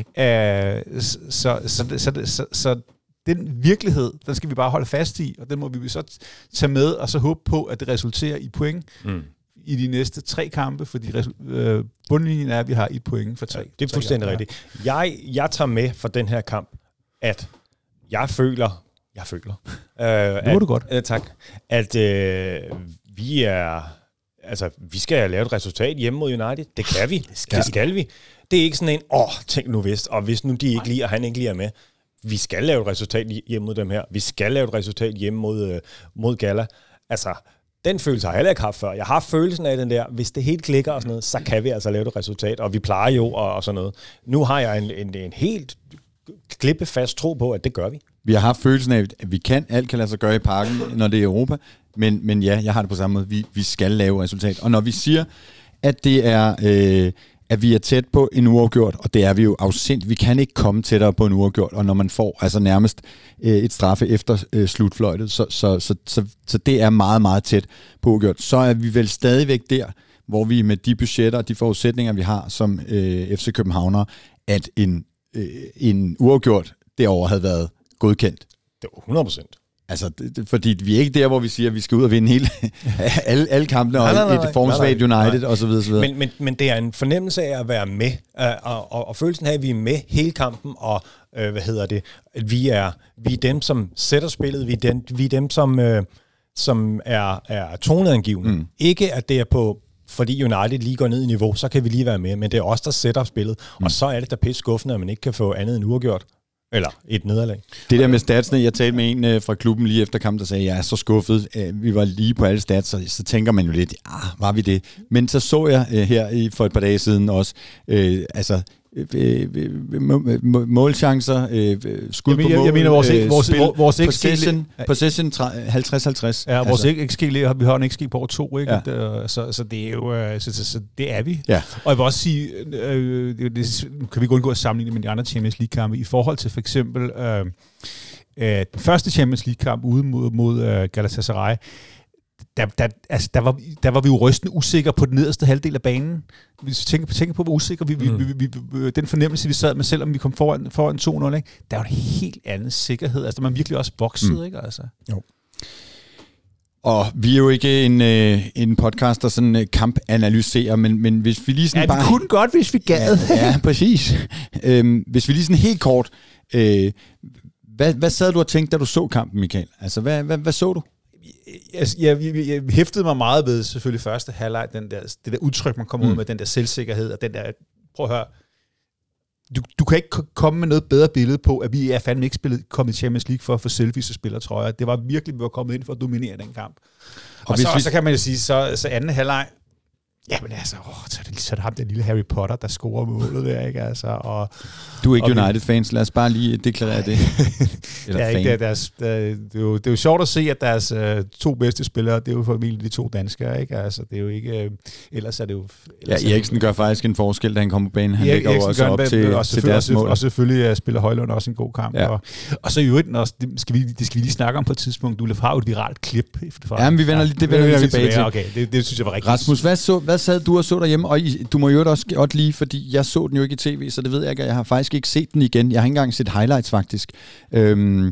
Ikke? Uh, så, så, så, så, så, så den virkelighed, den skal vi bare holde fast i, og den må vi så tage med, og så håbe på, at det resulterer i point. Mm. i de næste tre kampe, fordi øh, bundlinjen er, at vi har et point for tre. Ja, det er fuldstændig rigtigt. Jeg, jeg tager med for den her kamp, at jeg føler, jeg føler, øh, det må du godt. Øh, tak, at øh, vi er, altså, vi skal lave et resultat hjemme mod United. Det kan vi. Det skal, det skal vi. Det er ikke sådan en, åh, oh, tænk nu vist, og hvis nu de ikke lige, og han ikke lige er med. Vi skal lave et resultat hjemme mod dem her. Vi skal lave et resultat hjemme mod, øh, mod Gala. Altså, den følelse har jeg heller ikke haft før. Jeg har følelsen af den der, hvis det helt klikker og sådan noget, så kan vi altså lave et resultat, og vi plejer jo og, og sådan noget. Nu har jeg en, en, en helt klippefast tro på, at det gør vi. Vi har haft følelsen af, at vi kan, alt kan lade sig gøre i parken, når det er Europa, men, men ja, jeg har det på samme måde. Vi, vi skal lave resultat. Og når vi siger, at det er... Øh, at vi er tæt på en uafgjort, og det er vi jo afsindigt. Vi kan ikke komme tættere på en uafgjort, og når man får altså nærmest øh, et straffe efter øh, slutfløjtet, så, så, så, så, så det er meget, meget tæt på uafgjort. Så er vi vel stadigvæk der, hvor vi med de budgetter og de forudsætninger, vi har som øh, F C Københavner, at en, øh, en uafgjort derovre havde været godkendt. Det var hundrede procent. Altså, det, det, fordi vi er ikke der, hvor vi siger, at vi skal ud og vinde hele, alle, alle kampene og nej, nej, nej, et formsvagt United nej. og så videre, så videre. Men, men, men det er en fornemmelse af at være med, øh, og, og, og følelsen af, at vi er med hele kampen, og øh, hvad hedder det, at vi er, vi er dem, som sætter spillet, vi er dem, vi er dem som, øh, som er, er toneangivende. Mm. Ikke at det er på, fordi United lige går ned i niveau, så kan vi lige være med, men det er os, der sætter spillet, mm. og så er det da pisse skuffende, at man ikke kan få andet end uafgjort. Eller et nederlag. Det der med statsene, jeg talte med en øh, fra klubben lige efter kampen, der sagde, jeg er så skuffet, øh, vi var lige på alle stats, så, så tænker man jo lidt, ah, var vi det? Men så så jeg øh, her i, for et par dage siden også, øh, altså målchancer, skud på mål, jeg mener vores vores vores possession, possession halvtreds halvtreds. Ja, vores altså. X G, vi har en X G på over to, ikke? Ja. Så så det er jo så, så, så det er vi. Ja. Og jeg vil også sige, øh, det, det kan vi ikke undgå at sammenligne med de andre Champions League kampe i forhold til for eksempel øh, øh, den første Champions League kamp ude mod mod øh, Galatasaray. Der, der, altså, der, var, der var vi jo rystende usikre på den nederste halvdel af banen. Hvis vi tænker, tænker på, hvor usikre vi, mm. vi, vi, vi, den fornemmelse, vi sad med, selvom vi kom foran, foran to nul, ikke? Der var en helt anden sikkerhed. Altså, man virkelig også voksede, mm. ikke? Altså. Jo. Og vi er jo ikke en, øh, en podcast, der sådan øh, kampanalyserer, men, men hvis vi lige sådan ja, bare... vi kunne godt, hvis vi gad. Ja, ja præcis. øhm, hvis vi lige sådan helt kort... Øh, hvad, hvad sad du og tænkte, da du så kampen, Michael? Altså, hvad, hvad, hvad så du? Jeg, jeg, jeg, jeg hæftede mig meget ved selvfølgelig første halvleg, den der, det der udtryk, man kommer mm. ud med, den der selvsikkerhed, og den der, prøv at høre, du, du kan ikke komme med noget bedre billede på, at vi er fandme ikke spillet, kommet i Champions League for at få selfies og spillertrøjer. Det var virkelig, vi var kommet ind for at dominere den kamp. Og, og, så, vi... og så kan man jo sige, så, så anden halvleg, jamen altså, åh, så, er det, så er det ham, den lille Harry Potter, der scorer målet der, ikke? Altså, og, du er ikke United-fans, lad os bare lige deklarere det. Det er, ikke, det, er deres, det, er jo, det er jo sjovt at se, at deres uh, to bedste spillere, det er jo formentlig de to danskere, ikke? Altså, det er jo ikke, uh, ellers er det jo... Ja, Eriksen gør faktisk en forskel, da han kommer på banen. Han lægger jo også op til, og til deres mål. Og selvfølgelig uh, spiller Højlund også en god kamp. Ja. Og, og så i øvrigt, også, det, skal vi, det skal vi lige snakke om på et tidspunkt. Du har jo et viralt klip. Ja, men vi vender lige, det vender vi tilbage til. Okay, det, det synes jeg var rigtigt. Rasmus, hvad, så, hvad sad du og så derhjemme? Og I, du må jo også godt lige, fordi jeg så den jo ikke i tv, så det ved jeg ikke, jeg har faktisk ikke set den igen. Jeg har ikke engang set highlights, faktisk. Øhm,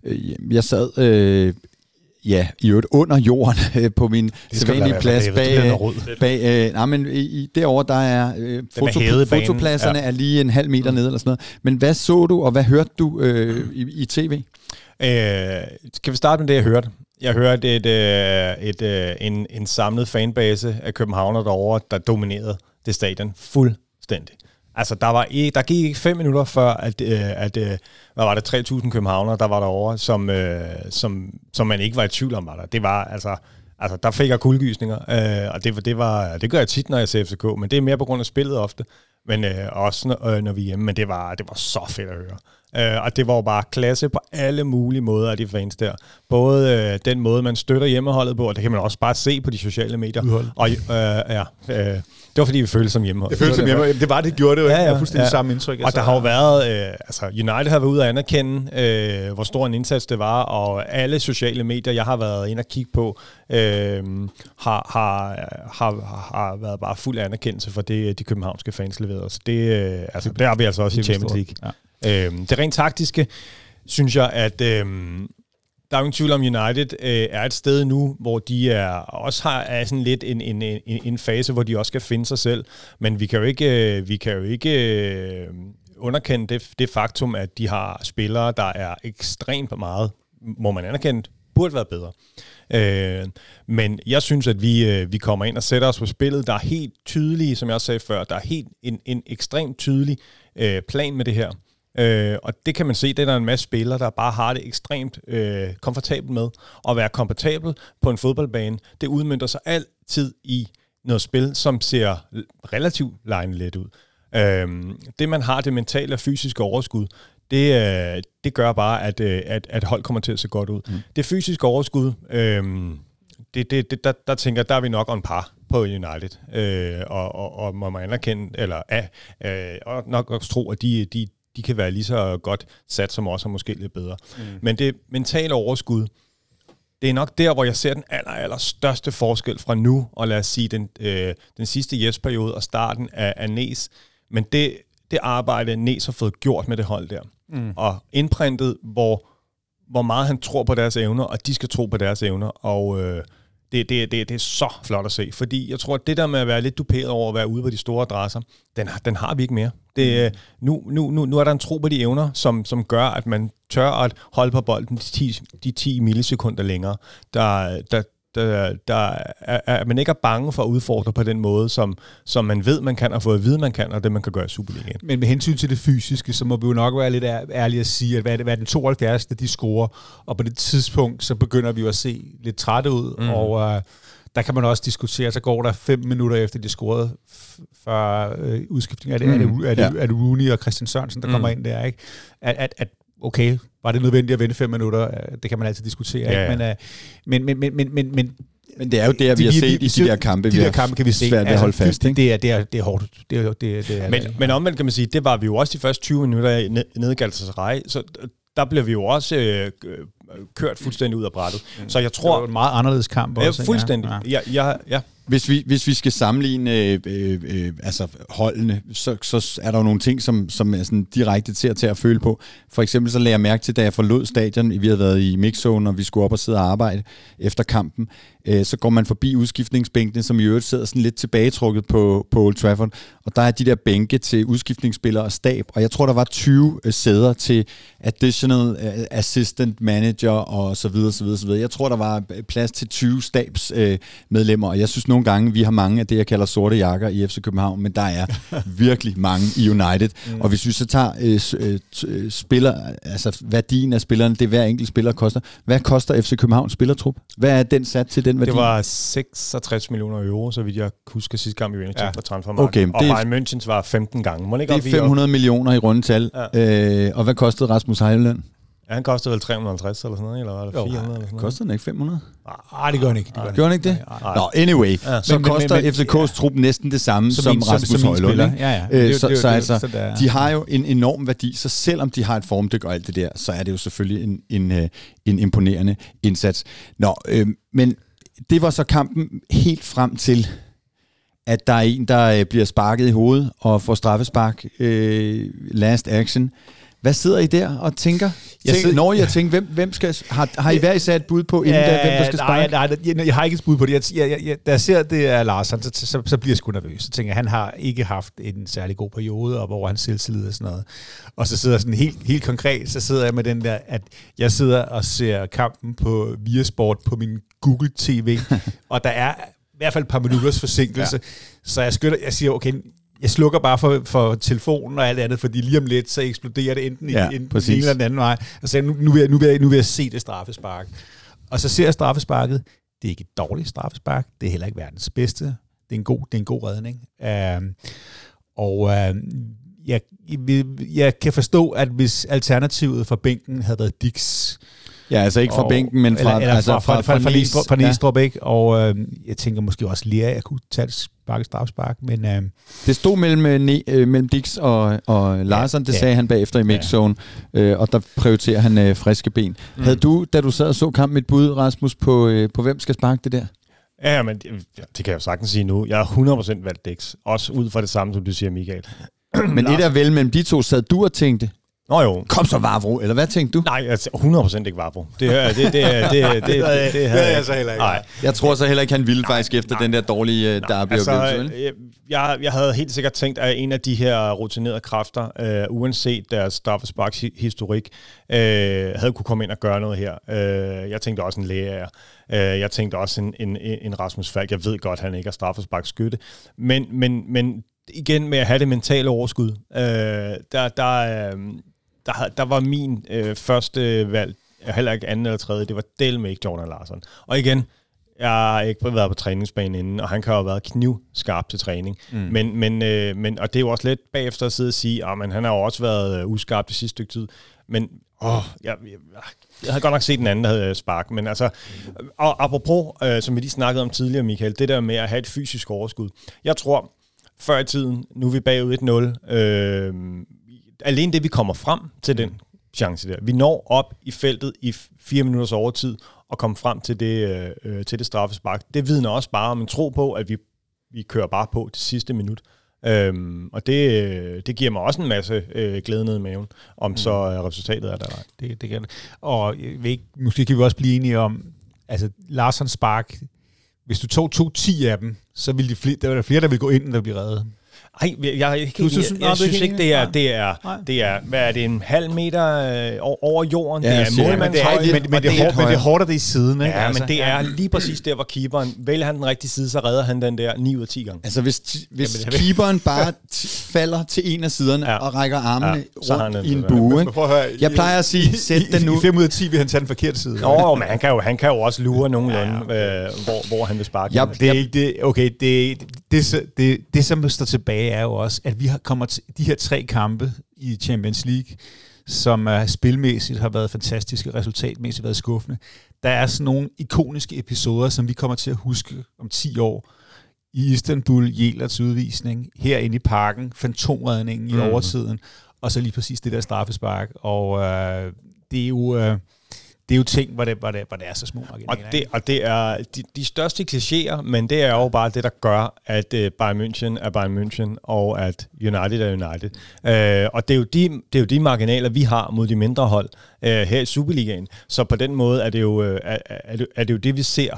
jeg sad øh, ja, i øvrigt under jorden øh, på min sædvanlige plads bag, bag øh, nej, men i, derovre, der er øh, foto, er fotopladserne ja. er lige en halv meter mm. nede eller sådan noget. Men hvad så du, og hvad hørte du øh, i, i tv? Øh, kan vi starte med det, jeg hørte? Jeg hørte et, et, et, en, en samlet fanbase af københavner derovre, der dominerede det stadion fuldstændig. Altså, der, var ikke, der gik ikke fem minutter før, at, at, at hvad var det, tre tusind københavnere, der var derovre, som, som, som man ikke var i tvivl om, var der. Det var, altså, altså der fik jeg kuldegysninger, og det, det, var, det gør jeg tit, når jeg ser F C K, men det er mere på grund af spillet ofte, men øh, også når, når vi er hjemme, men det var, det var så fedt at høre. Uh, og det var jo bare klasse på alle mulige måder af de fans der. Både uh, den måde, man støtter hjemmeholdet på, og det kan man også bare se på de sociale medier. Udhold. Og uh, ja, uh, det var fordi, vi følte som hjemmehold. Det følte som hjemmehold. Det var det, gjorde det jo. Ja, ja, fuldstændig ja. samme indtryk. Og altså. Der har jo været, uh, altså United har været ude at anerkende, uh, hvor stor en indsats det var, og alle sociale medier, jeg har været inde og kigge på, uh, har, har, har, har været bare fuld anerkendelse for det, de københavnske fans leverede. Så det, uh, altså, der er vi altså også i Champions League. Ja. Øhm, det rent taktiske, synes jeg, at øhm, der er jo ingen tvivl om, United øh, er et sted nu, hvor de er, også har er sådan lidt en, en, en, en fase, hvor de også skal finde sig selv. Men vi kan jo ikke, øh, vi kan jo ikke øh, underkende det, det faktum, at de har spillere, der er ekstremt meget, må man anerkende, burde være bedre. Øh, men jeg synes, at vi, øh, vi kommer ind og sætter os på spillet, der er helt tydelige, som jeg også sagde før, der er helt en, en ekstremt tydelig øh, plan med det her. Øh, og det kan man se, det er der en masse spillere, der bare har det ekstremt øh, komfortabelt med. At være komfortabel på en fodboldbane, det udmønter sig altid i noget spil, som ser relativt linelet ud. Øh, det man har, det mentale og fysiske overskud, det, øh, det gør bare, at, øh, at, at hold kommer til at se godt ud. Mm. Det fysiske overskud, øh, det, det, det, der, der tænker jeg, der er vi nok on par på United. Øh, og, og, og må man anerkende, eller øh, og nok også tro, at de, de de kan være lige så godt sat som os, og måske lidt bedre. Mm. Men det mentale overskud, det er nok der, hvor jeg ser den aller, aller største forskel fra nu, og lad os sige den, øh, den sidste Jes-periode og starten af, af Næs. Men det, det arbejde, Næs har fået gjort med det hold der, mm. og indprintet, hvor, hvor meget han tror på deres evner, og de skal tro på deres evner, og øh, Det, det, det, det er så flot at se, fordi jeg tror, at det der med at være lidt duperet over at være ude på de store adresser, den, den har vi ikke mere. Det, nu, nu, nu, nu er der en tro på de evner, som, som gør, at man tør at holde på bolden de ti, de ti millisekunder længere. Der, der, der, der er, er man ikke er bange for at udfordre på den måde, som, som man ved, man kan, og få at vide, man kan, og det, man kan gøre i Superligaen. Men med hensyn til det fysiske, så må vi jo nok være lidt ærlige at sige, at hvad er, det, hvad er den tooghalvfjerds, de scorer, og på det tidspunkt, så begynder vi jo at se lidt trætte ud, mm. og uh, der kan man også diskutere, så går der fem minutter efter, de scorede for øh, udskiftning. Er det, mm. er, det, er, det, ja. er det Rooney og Christian Sørensen, der mm. kommer ind der, ikke? At, at, at okay, var det nødvendigt at vente fem minutter? Det kan man altid diskutere, ja, ja. Men, uh, men, men, men, men, men, men Men det er jo det, vi har set i de der kampe. De der kampe kan vi se. Svært at holde fast, ikke? Det er, det er, det er hårdt. Det er, det, det er, men, men omvendt kan man sige, det var vi jo også de første tyve minutter nede i Galatasaray, så der blev vi jo også øh, kørt fuldstændig ud af brættet. Mm. Så jeg tror... Det var en meget anderledes kamp også. Ja, fuldstændig. Ja. Ja, ja, ja. Hvis vi, hvis vi skal sammenligne øh, øh, altså holdene, så, så er der jo nogle ting, som, som er sådan direkte til at, til at føle på. For eksempel så lagde jeg mærke til, da jeg forlod stadion, vi havde været i mixzone, og vi skulle op og sidde og arbejde efter kampen, øh, så går man forbi udskiftningsbænkene, som i øvrigt sidder sådan lidt tilbagetrukket på, på Old Trafford, og der er de der bænke til udskiftningsspillere og stab, og jeg tror, der var tyve sæder til additional assistant manager og så videre, så videre, så videre. Jeg tror, der var plads til tyve stabsmedlemmer, og jeg synes nogle gange, vi har mange af det, jeg kalder sorte jakker i F C København, men der er virkelig mange i United. Mm. Og hvis vi så tager øh, øh, spiller, altså værdien af spillerne, det hver enkelt spiller koster. Hvad koster F C Københavns spillertrup? Hvad er den sat til den værdi? Det var seksogtres millioner euro, så vidt jeg husker sidste gang, vi var inde til på transfermarkedet. Okay, og Bayern München var femten gange. Må ikke det er fem hundrede millioner i rundetal. Ja. Øh, og hvad kostede Rasmus Højlund? Ja, han kostede vel tre hundrede og halvtreds eller sådan noget, eller var det fire hundrede? Eller sådan noget? Kostede han ikke fem hundrede? Nej, det gør han ikke. Det gør, gør han ikke det? Nå, anyway. Ja. Så men, koster men, men, F C K's ja. trup næsten det samme som, som Rasmus Højlund. Ja, ja. Øh, så, det, så det, altså, så der, de har jo en enorm værdi, så selvom de har et formdyk og alt det der, så er det jo selvfølgelig en, en, en, en imponerende indsats. Nå, øh, men det var så kampen helt frem til, at der er en, der bliver sparket i hovedet og får straffespark. Øh, last action. Hvad sidder I der og tænker? Jeg sidder, når jeg tænker, hvem, hvem skal, har, har I hver især et bud på, inden ja, der, hvem der skal sparke? Nej, nej, jeg, jeg har ikke et bud på det. Jeg, jeg, jeg, da jeg ser, det er Larsson, så, så, så bliver jeg sgu nervøs. Så tænker jeg, han har ikke haft en særlig god periode, og hvor han selvtillid og sådan noget. Og så sidder jeg sådan helt, helt konkret, så sidder jeg med den der, at jeg sidder og ser kampen på Viasport på min Google T V, og der er i hvert fald et par minutters forsinkelse. Ja. Så jeg skynder, jeg siger, okay, jeg slukker bare for, for telefonen og alt andet, fordi lige om lidt, så eksploderer det enten i ja, enten den ene eller den anden vej. Og så nu, nu, vil jeg, nu, vil jeg, nu vil jeg se det straffespark. Og så ser jeg straffesparket. Det er ikke et dårligt straffespark. Det er heller ikke verdens bedste. Det er en god, det er en god redning. Uh, og uh, jeg, jeg, jeg kan forstå, at hvis alternativet for bænken havde været Dix, ja, altså ikke fra og, bænken, men fra, eller, eller altså fra, fra, fra, fra, fra, fra Næstrup, ja. ikke? Og øh, jeg tænker måske også lige, at jeg kunne tage et spark, strafspark, men... Øh, det stod mellem, øh, mellem Dix og, og Larsson, ja, det ja. sagde han bagefter i mixzone, ja. øh, og der prioriterer han øh, friske ben. Mm. Havde du, da du sad og så kampen, et bud, Rasmus, på, øh, på hvem skal sparke det der? Ja, men det, det kan jeg jo sagtens sige nu. Jeg har hundrede procent valgt Dix, også ud fra det samme, som du siger, Michael. Men et er vel mellem de to, sad du og tænkte... Nå jo. Kom så, Vavro, eller hvad tænkte du? Nej, altså hundrede procent ikke Vavro. Det, det, det, det, det, det, det, det, det havde jeg så heller ikke. Nej. Jeg tror så heller ikke, han ville nej, faktisk efter nej, den der dårlige uh, derby. Altså, jeg, jeg, jeg havde helt sikkert tænkt, at en af de her rutinerede kræfter, uh, uanset deres straffesparkshistorik, uh, havde kunne komme ind og gøre noget her. Uh, jeg tænkte også en læge. Uh, jeg tænkte også en, en, en Rasmus Falk. Jeg ved godt, at han ikke er straffesparkskytte. Men, men, men igen med at have det mentale overskud, uh, der... der uh, Der, der var min øh, første valg, heller ikke anden eller tredje, det var del med ikke Jordan Larsson. Og igen, jeg har ikke været på træningsbanen inden, og han kan jo have været knivskarp til træning. Mm. Men, men, øh, men, og det er jo også lidt bagefter at sidde og sige, at han har jo også været øh, uskarp det sidste stykke tid. Men åh, jeg, jeg, jeg havde godt nok set den anden, der havde spark. Men altså, og apropos, øh, som vi lige snakkede om tidligere, Michael, det der med at have et fysisk overskud. Jeg tror, før i tiden, nu er vi bagud et nul, øh, alene det, vi kommer frem til den chance der. Vi når op i feltet i fire minutters overtid og kommer frem til det, øh, til det straffespark. Det vidner også bare om en tro på, at vi, vi kører bare på til sidste minut. Øhm, og det, det giver mig også en masse øh, glæde ned i maven, om mm. så øh, resultatet er der. Det, det kan det. Og jeg ved ikke, måske kan vi også blive enige om, altså Larssons spark, hvis du tog to ti af dem, så ville de flere, der var der flere, der ville gå ind, end der ville blive reddet. Ej, jeg, jeg, jeg, jeg, synes, jeg, jeg synes ikke, det er, det er, det er, hvad er det, en halv meter øh, over jorden? Ja, det er målmandshøjde. Men, men, det er, men det er hårdt, at det er i siden, ikke? Ja, altså, men det er lige præcis der, hvor keeperen, vælger han den rigtige side, så redder han den der ni ud af ti gange. Altså, hvis, hvis Jamen, keeperen bare t- falder til en af siderne ja. og rækker armene ja, rundt i en bue, ikke? Jeg plejer at sige, sæt den nu. I fem ud af ti vil han tage den forkerte side. Nå, men han kan jo, han kan jo også lure nogenlunde, ja, okay. øh, hvor, hvor han vil sparke. Ja, det er ikke det. Okay, det, det, det, det, som står tilbage, er jo også, at vi har kommer til de her tre kampe i Champions League, som uh, spilmæssigt har været fantastiske, resultatmæssigt været skuffende. Der er sådan nogle ikoniske episoder, som vi kommer til at huske om ti år. I Istanbul, Jelerts udvisning, herinde i parken, fantomredningen i mm. overtiden, og så lige præcis det der straffespark. Og uh, det er jo... Uh, Det er jo ting, hvor det, hvor det, hvor det er så små marginaler. Og det, og det er de, de største klichéer, men det er jo bare det, der gør, at uh, Bayern München er Bayern München, og at United er United. Uh, og det er, jo de, det er jo de marginaler, vi har mod de mindre hold uh, her i Superligaen. Så på den måde er det jo, uh, er, er det, er det, jo det, vi ser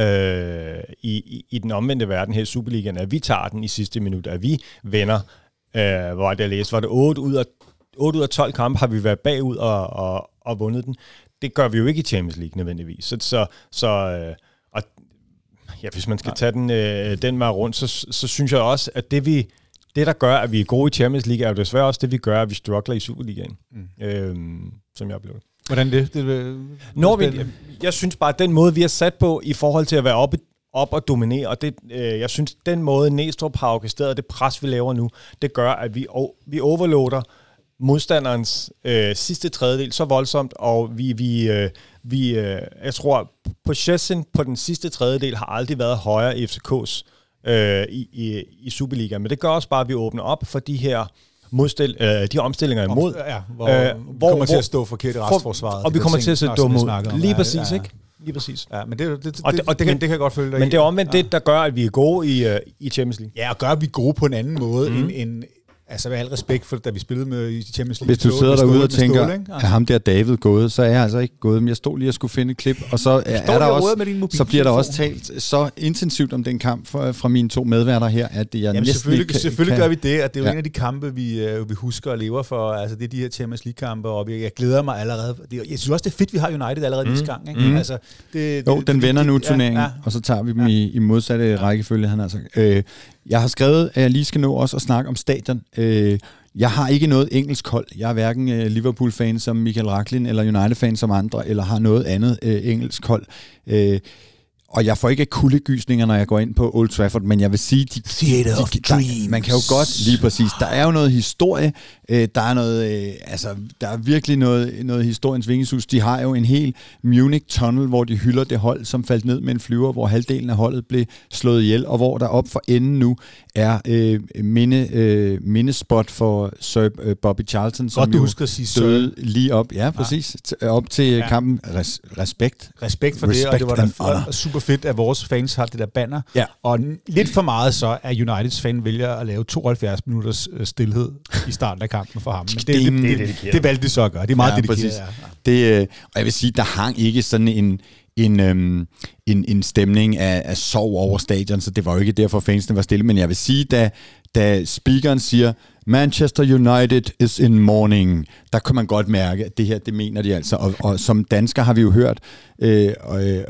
uh, i, i, i den omvendte verden her i Superligaen, at vi tager den i sidste minut, at vi vender, uh, hvor det jeg læste, var det otte ud af, otte ud af tolv kampe, har vi været bagud og, og, og vundet den. Det gør vi jo ikke i Champions League nødvendigvis. Så, så, så øh, og, ja, hvis man skal tage den, øh, den med rundt, så, så synes jeg også, at det, vi, det, der gør, at vi er gode i Champions League, er jo desværre også det, vi gør, at vi struggler i Superligaen. Mm. Øhm, som jeg oplever det. Hvordan det? det, det Når vi, jeg, jeg synes bare, at den måde, vi har sat på i forhold til at være oppe op og dominere, og det, øh, jeg synes, den måde, Næstrup har orkestreret, det pres, vi laver nu, det gør, at vi, vi overloader modstanderens øh, sidste tredjedel så voldsomt, og vi, vi, øh, vi øh, jeg tror, possession på den sidste tredjedel har aldrig været højere i F C K's øh, i, i, i Superligaen, men det gør også bare, at vi åbner op for de her modstil, øh, de omstillinger imod. Ja, hvor, øh, hvor vi kommer hvor, til at stå forkert i restforsvaret. Og vi kommer til at se dumme ud. Lige præcis, ja, ikke? Lige præcis. Ja, men det, det, det, og det, og det, kan, det kan jeg godt følge dig Men i. det er omvendt ja. det, der gør, at vi er gode i, uh, i Champions League. Ja, og gør, at vi er gode på en anden måde mm. end, end altså med al respekt for, da vi spillede med i Champions League. Hvis du sidder derude og tænker, altså. er ham der David gået, så er jeg altså ikke gået. Men jeg stod lige og skulle finde et klip, og så er, er der også, så bliver der også talt så intensivt om den kamp fra, fra mine to medværter her, at jeg Jamen, næsten selvfølgelig, ikke kan, selvfølgelig kan, gør vi det, og det er jo ja. en af de kampe, vi, uh, vi husker og lever for. Altså det er de her Champions League-kampe, og jeg glæder mig allerede. Jeg synes også, det er fedt, vi har United allerede mm. næste gang. Ikke? Mm. Altså, det, jo, det, den det, vender nu det, turneringen, ja, ja. og så tager vi dem ja. i, i modsatte ja. rækkefølge. Han altså. Øh, jeg har skrevet, at jeg lige skal nå også at snakke om stadion. Øh, Jeg har ikke noget engelsk hold. Jeg er hverken uh, Liverpool-fan som Michael Racklin, eller United-fan som andre, eller har noget andet uh, engelsk hold. Uh, og jeg får ikke kuldegysninger, når jeg går ind på Old Trafford, men jeg vil sige, de, Theater de, of de, Dreams. Der, man kan jo godt lige præcis. Der er jo noget historie. Uh, der er noget, uh, altså, der er virkelig noget, noget historiens vingesus. De har jo en hel Munich Tunnel, hvor de hylder det hold, som faldt ned med en flyver, hvor halvdelen af holdet blev slået ihjel, og hvor der op for enden nu er øh, minde, øh, mindespot for Sir øh, Bobby Charlton, som godt, du jo husker at sige døde lige op, ja præcis, ja. op til ja. kampen. Res, respekt. Respekt for respect det, og det var da super fedt, at vores fans har det der banner. Ja. Og lidt for meget så, at Uniteds fan vælger at lave tooghalvfjerds minutters stillhed i starten af kampen for ham. Men det, det, det, det, det, det valgte de så at gøre. Det er meget ja, dedikeret. Ja. Det, øh, og jeg vil sige, der hang ikke sådan en En, øhm, en, en stemning af, af sorg over stadion, så det var jo ikke derfor fansene var stille, men jeg vil sige, da, da speakeren siger, Manchester United is in mourning, der kan man godt mærke, at det her, det mener de altså, og, og som dansker har vi jo hørt øh, øh,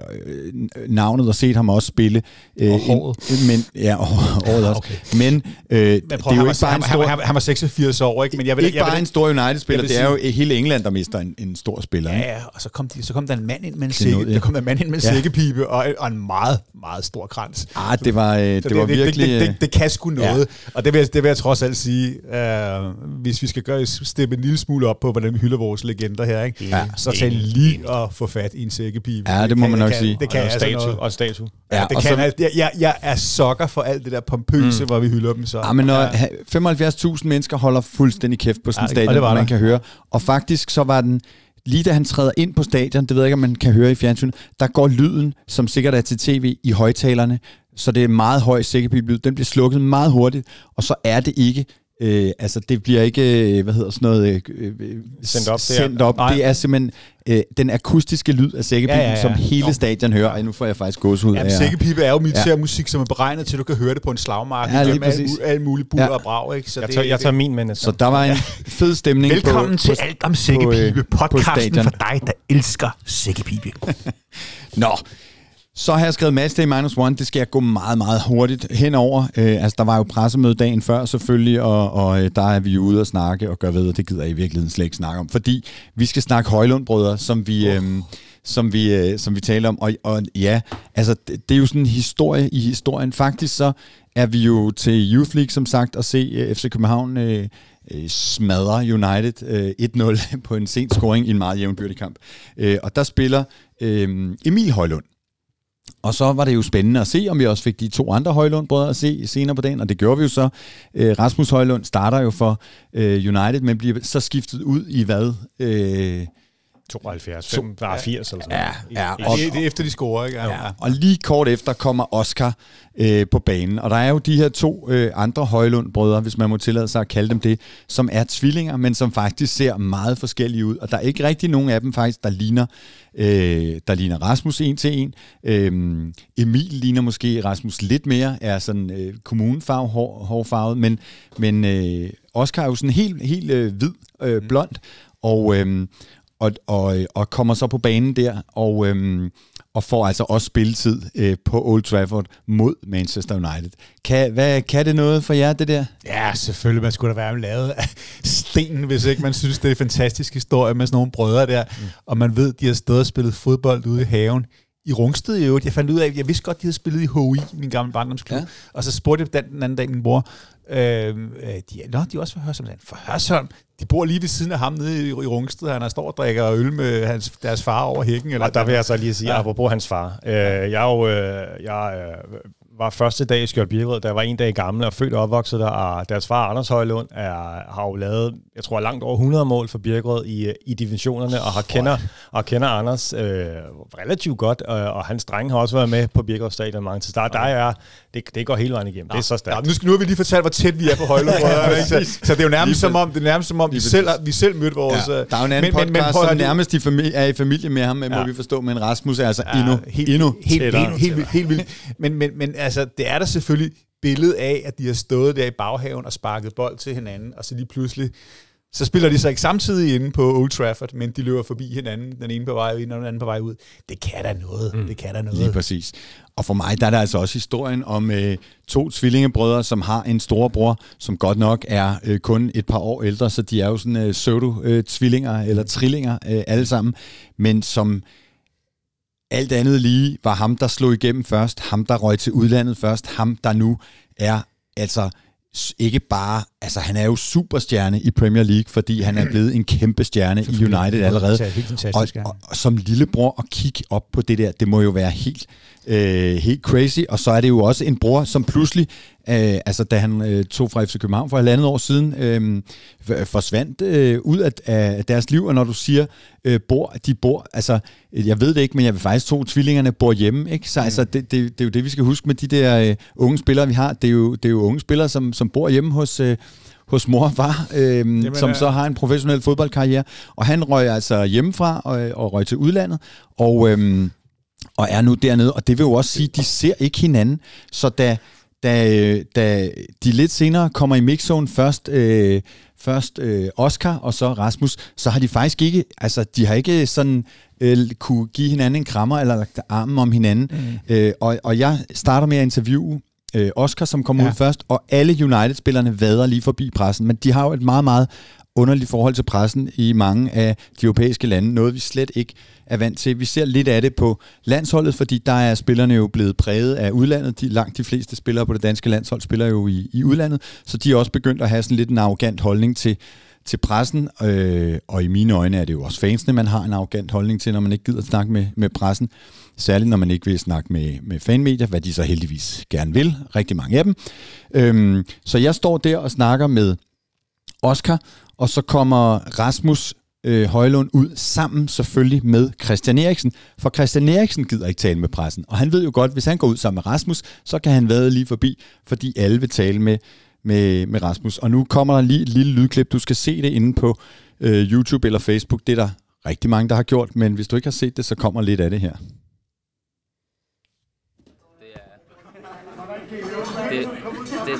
navnet og set ham også spille. Øh, og håret. Men, ja, og håret også. Okay. Men, øh, men det er jo ikke bare en stor... Han, han var seksogfirs år, ikke? Men jeg vil, ikke jeg bare vil, en stor United-spiller, det er jo hele England, der mister en, en stor spiller. Ja, ja, og så kom, de, så kom der en mand ind med en, sække, ja. der kom der en, mand ind med en ja. sækkepibe og, og en meget, meget stor krans. Ah, det var, øh, det, det var det, virkelig... Det, det, det, det kan sgu noget, ja. og det vil, det vil jeg trods alt sige, øh, hvis vi skal gøre steppe en lille smule op på, hvordan vi hylder vores legender her, ikke? Ja. Så tag lige og få fat i en sækkepibe. Ja, det, det må man nok sige. Det kan og, statue, og statue. Ja, ja, det kan så, jeg, jeg, jeg er sokker for alt det der pompøse, mm. hvor vi hylder dem. Så. Ja, men når ja. femoghalvfjerds tusind mennesker holder fuldstændig kæft på sådan en ja, stadion, hvor man kan høre. Og faktisk så var den, lige da han træder ind på stadion, det ved jeg ikke, om man kan høre i fjernsynet, der går lyden, som sikkert er til tv, i højtalerne, så det er meget høj sækkepibelyd. Den bliver slukket meget hurtigt, og så er det ikke Øh, altså, det bliver ikke, hvad hedder sådan noget, øh, sendt op. Sendt op. Det er simpelthen øh, den akustiske lyd af sækkepipen, ja, ja, ja. som hele Nå. stadion hører. Ej, nu får jeg faktisk gåsehud. Jamen, sækkepipe er jo militærmusik, ja. som er beregnet til, at du kan høre det på en slagmark. Ja, gennem alle, alle mulige buller ja. og brag. Ikke? Så jeg, tager, jeg tager min med næsten. Så der var en fed stemning. Velkommen på, til på, Alt om Sækkepipe, på, podcasten for dig, der elsker sækkepipe. Nå. Så har jeg skrevet matchday minus one. Det skal jeg gå meget, meget hurtigt henover. Øh, altså, der var jo pressemøde dagen før selvfølgelig, og, og øh, der er vi ude og snakke og gøre ved, og det gider jeg i virkeligheden slet ikke snakke om. Fordi vi skal snakke Højlund-brødre, som vi, øh, som vi, øh, som vi taler om. Og, og ja, altså, det, det er jo sådan en historie i historien. Faktisk så er vi jo til Youth League, som sagt, at se uh, F C København øh, smadre United øh, et nul på en sen scoring i en meget jævnbyrdig kamp. Øh, og der spiller øh, Emil Højlund. Og så var det jo spændende at se, om vi også fik de to andre Højlund-brødre at se senere på dagen, og det gjorde vi jo så. Øh, Rasmus Højlund starter jo for øh, United, men bliver så skiftet ud i hvad? Øh, tooghalvfjerds, femogfirs eller sådan ja, ja, og, det, det er efter de scorer, ikke? Ja, ja. Og lige kort efter kommer Oscar øh, på banen, og der er jo de her to øh, andre Højlund-brødre, hvis man må tillade sig at kalde dem det, som er tvillinger, men som faktisk ser meget forskellige ud, og der er ikke rigtig nogen af dem faktisk, der ligner øh, der ligner Rasmus en til en. Øh, Emil ligner måske Rasmus lidt mere, er sådan øh, kommunefarve, hår, hårfarvet, men, men øh, Oscar er jo sådan helt, helt øh, hvid, øh, blond, og øh, Og, og, og kommer så på banen der, og, øhm, og får altså også spilletid øh, på Old Trafford mod Manchester United. Kan, hvad, kan det noget for jer, det der? Ja, selvfølgelig. Man skulle da være lavet af sten, hvis ikke man synes, det er en fantastisk historie med sådan nogle brødre der. Mm. Og man ved, de har stadig spillet fodbold ude i haven. I Rungsted i øvrigt. Jeg fandt ud af, at jeg vidste godt, de havde spillet i H I, min gamle barndomsklub. Ja. Og så spurgte jeg den anden dag min bror, øh, de, nå, de er også fra Hørsholm. For Hørsholm, de bor lige ved siden af ham nede i, i Rungsted. Han står og drikker øl med hans, deres far over hækken. Eller og der vil jeg så lige sige, ja. apropos hans far. Øh, jeg er jo... Øh, jeg, øh, var første dag i Skjold Birkerød, der var en dag gammel og født og opvokset der, og deres far, Anders Højlund, er, har jo lavet, jeg tror, langt over hundrede mål for Birkerød i, i divisionerne, og har kender, og kender Anders øh, relativt godt, og, og hans drenge har også været med på Birkerød Stadion mange til start. Der er, det, det går hele vejen igennem. Nå, det er så stærkt. Nu, skal, nu har vi lige fortalt, hvor tæt vi er på Højlund. ja, så, så det er jo nærmest som om, det er nærmest som om, vi selv, vi selv mødte vores... Ja, der er jo en anden men, podcast, men, men, som nærmest i familie, er i familie med ham, ja. må vi forstå, men Rasmus er altså ja, endnu, helt, endnu helt, helt, helt, helt, helt vildt. Men, men, men altså, det er der selvfølgelig billede af, at de har stået der i baghaven og sparket bold til hinanden, og så lige pludselig, så spiller de så ikke samtidig inde på Old Trafford, men de løber forbi hinanden, den ene på vej ind, og den anden på vej ud. Det kan da noget. Mm. Det kan da noget. Lige præcis. Og for mig, der er der altså også historien om øh, to tvillingebrødre, som har en storebror, som godt nok er øh, kun et par år ældre, så de er jo sådan øh, pseudo-tvillinger, øh, eller trillinger, øh, alle sammen, men som alt andet lige var ham, der slog igennem først, ham, der røg til udlandet først, ham, der nu er altså ikke bare, altså han er jo superstjerne i Premier League, fordi han er blevet en kæmpe stjerne i United allerede. Og, og, og som lillebror at kigge op på det der, det må jo være helt, øh, helt crazy. Og så er det jo også en bror, som pludselig, øh, altså da han øh, tog fra F C København for halvandet år siden, øh, forsvandt øh, ud af, af deres liv. Og når du siger, øh, bor, de bor, altså jeg ved det ikke, men jeg vil faktisk tro, tvillingerne bor hjemme, ikke? Så mm. altså, det, det, det er jo det, vi skal huske med de der øh, unge spillere, vi har. Det er jo, det er jo unge spillere, som, som bor hjemme hos... Øh, hos mor og far, øh, Jamen, som så har en professionel fodboldkarriere. Og han røg altså hjemmefra og, og røg til udlandet, og, øh, og er nu dernede. Og det vil jo også sige, at de ser ikke hinanden. Så da, da, da de lidt senere kommer i mixzone, først, øh, først øh, Oscar og så Rasmus, så har de faktisk ikke, altså de har ikke sådan øh, kunne give hinanden en krammer eller lagt armen om hinanden. Mm. Øh, og, og jeg starter med at interviewe Oscar, som kommer ja. ud først, og alle United-spillerne vader lige forbi pressen, men de har jo et meget, meget underligt forhold til pressen i mange af de europæiske lande, noget vi slet ikke er vant til. Vi ser lidt af det på landsholdet, fordi der er spillerne jo blevet præget af udlandet. De, langt de fleste spillere på det danske landshold spiller jo i, i udlandet, så de er også begyndt at have sådan lidt en arrogant holdning til, til pressen, øh, og i mine øjne er det jo også fansene, man har en arrogant holdning til, når man ikke gider at snakke med, med pressen. Særligt når man ikke vil snakke med, med fanmedier, hvad de så heldigvis gerne vil. Rigtig mange af dem. Øhm, så jeg står der og snakker med Oscar, og så kommer Rasmus øh, Højlund ud sammen selvfølgelig med Christian Eriksen. For Christian Eriksen gider ikke tale med pressen. Og han ved jo godt, hvis han går ud sammen med Rasmus, så kan han vade lige forbi, fordi alle vil tale med, med, med Rasmus. Og nu kommer der lige et lille lydklip. Du skal se det inde på øh, YouTube eller Facebook. Det er der rigtig mange, der har gjort, men hvis du ikke har set det, så kommer lidt af det her. Det, det,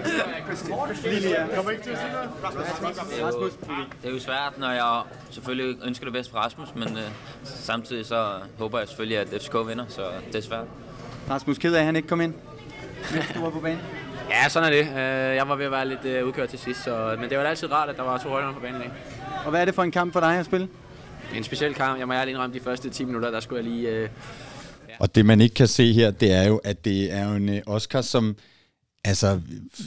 det er jo svært, når jeg selvfølgelig ønsker det bedst for Rasmus, men øh, samtidig så håber jeg selvfølgelig, at F C K vinder, så det er svært. Rasmus, ked af, at han ikke kom ind, mens du var på banen? Ja, sådan er det. Jeg var ved at være lidt udkørt til sidst, så, men det var altid rart, at der var to højder på banen i dag. Og hvad er det for en kamp for dig at spille? En speciel kamp. Jeg må ærligt indrømme, de første ti minutter, der skulle jeg lige... Øh, ja. Og det man ikke kan se her, det er jo, at det er jo en Oscar, som... Altså,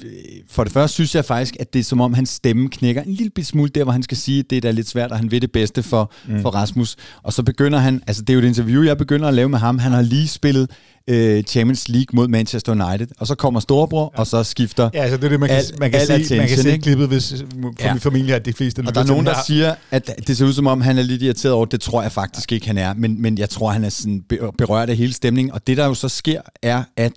for det første synes jeg faktisk, at det er som om, hans stemme knækker en lille smule der, hvor han skal sige, at det er da lidt svært, og han vil det bedste for, mm. for Rasmus. Og så begynder han, altså det er jo et interview, jeg begynder at lave med ham, han har lige spillet øh, Champions League mod Manchester United, og så kommer storebror, ja. og så skifter ja, altså det er det, man kan, al, man kan se, attention, man kan se klippet, hvis for ja. min familie, at de fleste... Og der er nogen, der siger, at det ser ud som om, han er lidt irriteret over, det tror jeg faktisk ikke, han er, men, men jeg tror, han er sådan berørt af hele stemningen, og det der jo så sker, er, at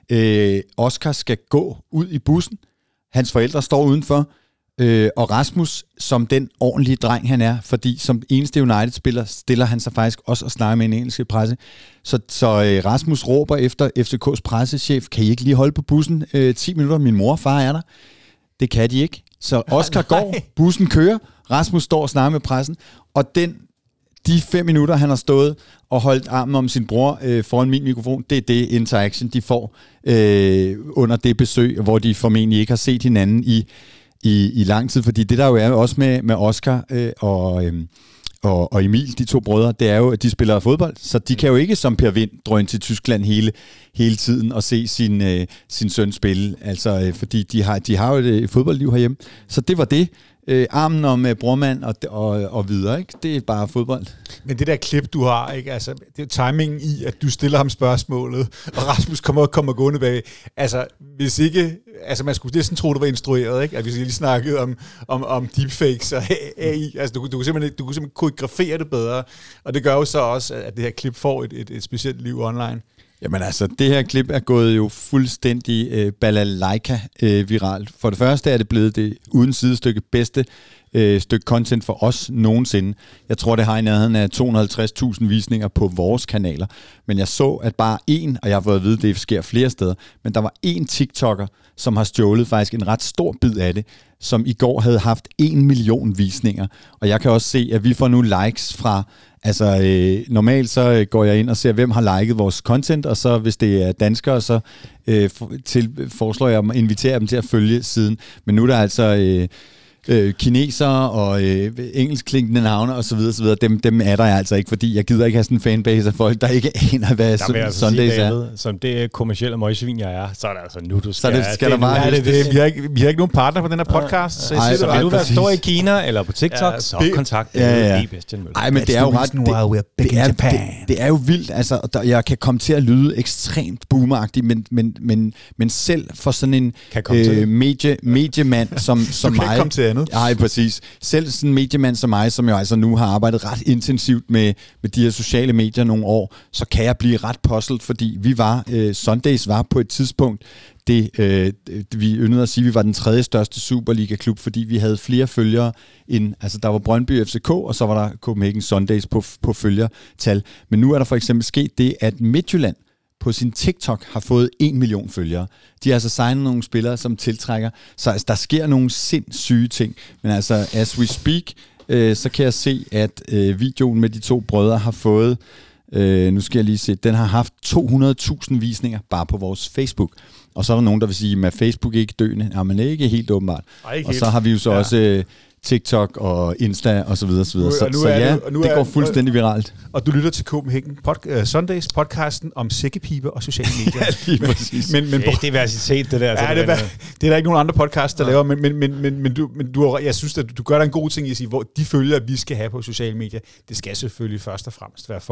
Øh, Oscar skal gå ud i bussen. Hans forældre står udenfor. Øh, og Rasmus, som den ordentlige dreng han er, fordi som eneste United-spiller, stiller han sig faktisk også og snakker med en engelsk presse. Så, så øh, Rasmus råber efter F C K's pressechef, kan I ikke lige holde på bussen øh, ti minutter? Min mor og far er der. Det kan de ikke. Så Oscar går, bussen kører, Rasmus står og snakker med pressen, og den de fem minutter, han har stået og holdt armen om sin bror øh, foran min mikrofon, det er det interaction, de får øh, under det besøg, hvor de formentlig ikke har set hinanden i, i, i lang tid. Fordi det der jo er også med, med Oscar øh, og, øh, og, og Emil, de to brødre, det er jo, at de spiller fodbold, så de kan jo ikke som Per Vind drøne til Tyskland hele, hele tiden og se sin, øh, sin søn spille. Altså, øh, fordi de har, de har jo et fodboldliv herhjemme. Så det var det. Øh, armen om uh, brormand og, og, og videre, ikke? Det er bare fodbold. Men det der klip, du har, ikke? Altså, det er timingen i, at du stiller ham spørgsmålet, og Rasmus kommer og kommer gående bag. Altså, hvis ikke... Altså, man skulle næsten tro, det var instrueret, ikke? At vi lige snakkede om, om, om deepfakes og A I. Altså, du, du, kunne simpelthen, du kunne simpelthen koreografere det bedre, og det gør jo så også, at det her klip får et, et, et specielt liv online. Jamen altså, det her klip er gået jo fuldstændig øh, balalaika øh, viralt. For det første er det blevet det uden sidestykke bedste øh, stykke content for os nogensinde. Jeg tror, det har i nærheden af to hundrede og halvtreds tusind visninger på vores kanaler. Men jeg så, at bare én, og jeg har fået at vide, at det sker flere steder, men der var én TikToker, som har stjålet faktisk en ret stor bid af det, som i går havde haft en million visninger. Og jeg kan også se, at vi får nu likes fra... Altså, øh, normalt så går jeg ind og ser, hvem har liket vores content, og så hvis det er danskere, så øh, for, til, foreslår jeg dem at invitere dem til at følge siden. Men nu er der altså øh, øh, kinesere og øh, engelskklingende navne og så videre, så videre. Dem, dem er der altså ikke, fordi jeg gider ikke have sådan en fanbase af folk, der ikke aner, hvad altså Sundays sige, David, er. Som det kommercielle møgsvin, jeg er, så er det altså nu, du skal... Så det skal det, der bare... Det, det, vi, har ikke, vi har ikke nogen partner på den her podcast, så jeg Ej, siger, så det vil du være præcis. stor i Kina eller på TikTok, ja, så kontakt ja, ja. Ej, men det er jo ret... Det, det, er, det, det er jo vildt, altså, der, jeg kan komme til at lyde ekstremt boomeragtig, men, men, men, men selv for sådan en øh, medie, mediemand som, som mig... Du kan mig, ikke komme til andet. Nej, præcis. Selv sådan en mediemand som mig, som jo altså nu har arbejdet ret intensivt med, med de her sociale medier nogle år, så kan jeg blive ret puzzled, fordi vi var, øh, Sundays var på et tidspunkt, det, øh, vi yndede at sige, at vi var den tredje største Superliga-klub, fordi vi havde flere følgere end, altså der var Brøndby F C K, og så var der Copenhagen Sundays på, på følgertal. Men nu er der for eksempel sket det, at Midtjylland på sin TikTok har fået en million følgere. De har altså signet nogle spillere, som tiltrækker. Så altså, der sker nogle sindssyge ting. Men altså, as we speak, øh, så kan jeg se, at øh, videoen med de to brødre har fået, øh, nu skal jeg lige se, den har haft to hundrede tusind visninger bare på vores Facebook. Og så er der nogen, der vil sige, at Facebook ikke døende. Ja, men ikke helt åbenbart. Ej, ikke og helt. Så har vi jo så ja. også... Øh, TikTok og Insta og så videre, så videre. Så, så ja, det, det går fuldstændig viralt. Og du lytter til Copenhagen pod, uh, Sundays podcasten om sækkepiber og sociale medier. men, men, men, det er diversitet, det der. Ja, det, er, det er der ikke nogen andre podcasts, der ja. laver, men, men, men, men, men, du, men du, jeg synes, at du gør der en god ting i at sige, hvor de følger, vi skal have på sociale medier, det skal selvfølgelig først og fremmest være folk,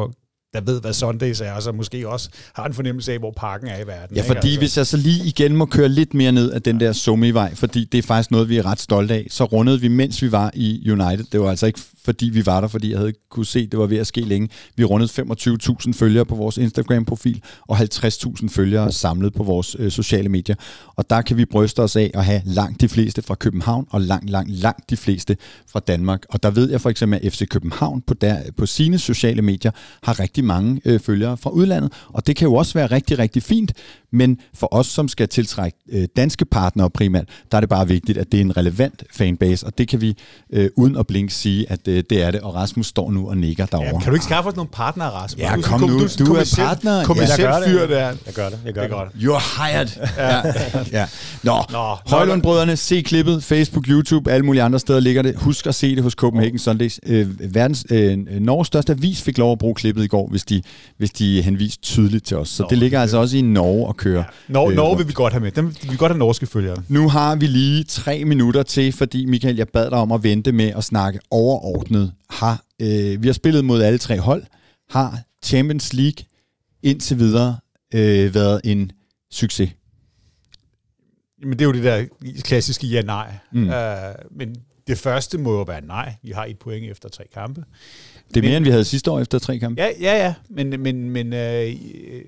der ved, hvad Sundays er, og så måske også har en fornemmelse af, hvor parken er i verden. Ja, fordi ikke? Altså. hvis jeg så lige igen må køre lidt mere ned af den der Somi-vej, fordi det er faktisk noget, vi er ret stolte af, så rundede vi, mens vi var i United. Det var altså ikke, fordi vi var der, fordi jeg havde kunne se, det var ved at ske længe. Vi rundede femogtyve tusind følgere på vores Instagram-profil, og halvtreds tusind følgere samlet på vores øh, sociale medier. Og der kan vi bryste os af at have langt de fleste fra København, og langt, langt, langt de fleste fra Danmark. Og der ved jeg for eksempel, at F C København på, der, på sine sociale medier har rigtig mange øh, følgere fra udlandet, og det kan jo også være rigtig, rigtig fint, men for os, som skal tiltrække øh, danske partnere primært, der er det bare vigtigt, at det er en relevant fanbase, og det kan vi øh, uden at blinke sige, at øh, det er det, og Rasmus står nu og nikker derovre. Ja, kan du ikke skaffe os nogle partnere, Rasmus? Ja, du, kom nu, du, du er partner. Kommercielt Ja, fyr, der. Jeg gør det, jeg gør det. det. You're hired. ja. ja. Nå, Nå Højlund-brødrene, se klippet, Facebook, YouTube, alle mulige andre steder ligger det. Husk at se det hos Copenhagen Sundays. Øh, verdens, øh, Norges største avis fik lov at bruge klippet i går, hvis de, hvis de henviste tydeligt til os. Så Nå, det ligger okay. altså også i Norge at køre. Ja. Norge, øh, Norge vil vi godt have med. Dem vil vi godt have norske følgere. Nu har vi lige tre minutter til, fordi Michael, jeg bad dig om at vente med at snakke overordnet. Har, øh, vi har spillet mod alle tre hold. Har Champions League indtil videre øh, været en succes? Men det er jo det der klassiske ja-nej. Mm. Uh, men det første må jo være nej. Vi har et point efter tre kampe. Det er men, mere, end vi havde sidste år efter tre kampe. Ja, ja, ja. Men, men, men øh, det,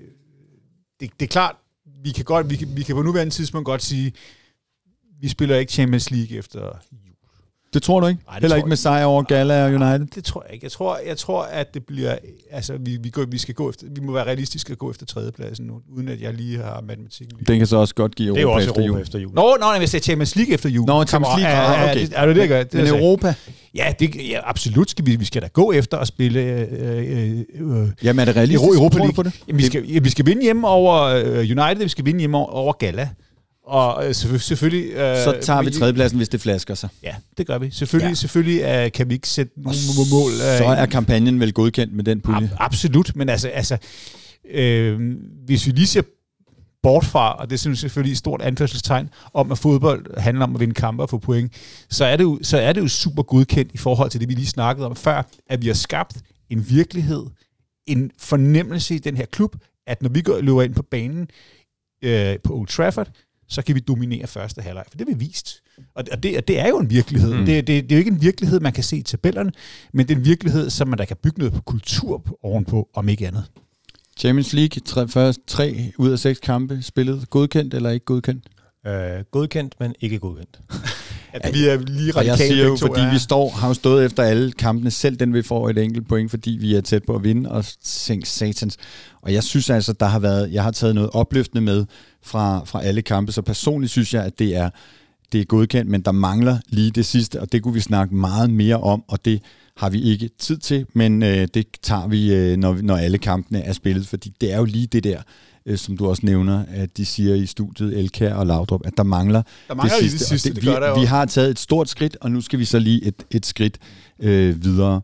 det er klart, vi kan, godt, vi, kan, vi kan på nuværende tidspunkt godt sige, vi spiller ikke Champions League efter jul. Det tror du ikke? Nej, Heller ikke med sejr over Gala og United? Det tror jeg ikke. Jeg tror, jeg tror at det bliver... Altså, vi, vi, går, vi, skal gå efter, vi må være realistiske at gå efter tredjepladsen nu, uden at jeg lige har matematikken lige. Den kan så også godt give Europa, det er jo også efter, Europa jul. efter jul. Nå, nå, hvis det er Champions League efter jul. Nå, Champions League. Ja, ja, okay. det, er det det, jeg gør? Det, Men Europa? Ja, det, ja, absolut skal vi, vi skal da gå efter at spille... Øh, øh, Jamen er det realistisk? Europa League. På det? Jamen, vi, skal, ja, vi skal vinde hjemme over øh, United, vi skal vinde hjemme over, over Gala. Og øh, selvfølgelig... Øh, så tager vi tredjepladsen, hvis det flasker sig. Ja, det gør vi. Selvfølgelig, ja. selvfølgelig øh, kan vi ikke sætte nogle mål... Øh, så er kampagnen vel godkendt med den pulje? Ab- absolut, men altså... altså øh, hvis vi lige ser bort fra, og det er selvfølgelig et stort anførselstegn, om at fodbold handler om at vinde kampe og få point, så er det jo, så er det jo super godkendt i forhold til det, vi lige snakkede om før, at vi har skabt en virkelighed, en fornemmelse i den her klub, at når vi går, løber ind på banen øh, på Old Trafford, så kan vi dominere første halvleg, for det er vist. Og det, og det er jo en virkelighed. Mm. Det, det, det er jo ikke en virkelighed, man kan se i tabellerne, men det er en virkelighed, som man der kan bygge noget på kultur ovenpå, om ikke andet. Champions League, tre, først tre ud af seks kampe spillet. Godkendt eller ikke godkendt? Øh, godkendt, men ikke godkendt. At vi er lige radikale. Jeg siger jo, fordi ja. vi står, har jo stået efter alle kampene, selv den vi får et enkelt point, fordi vi er tæt på at vinde, og tænk satans. Og jeg synes altså, der har været, jeg har taget noget opløftende med fra, fra alle kampe, så personligt synes jeg, at det er, det er godkendt, men der mangler lige det sidste, og det kunne vi snakke meget mere om, og det har vi ikke tid til, men øh, det tager vi, øh, når, når alle kampene er spillet, fordi det er jo lige det der, øh, som du også nævner, at de siger i studiet, Elkjær og Laudrup, at der mangler, der mangler det sidste. Det sidste det, det vi, gør vi har taget et stort skridt, og nu skal vi så lige et, et skridt øh, videre.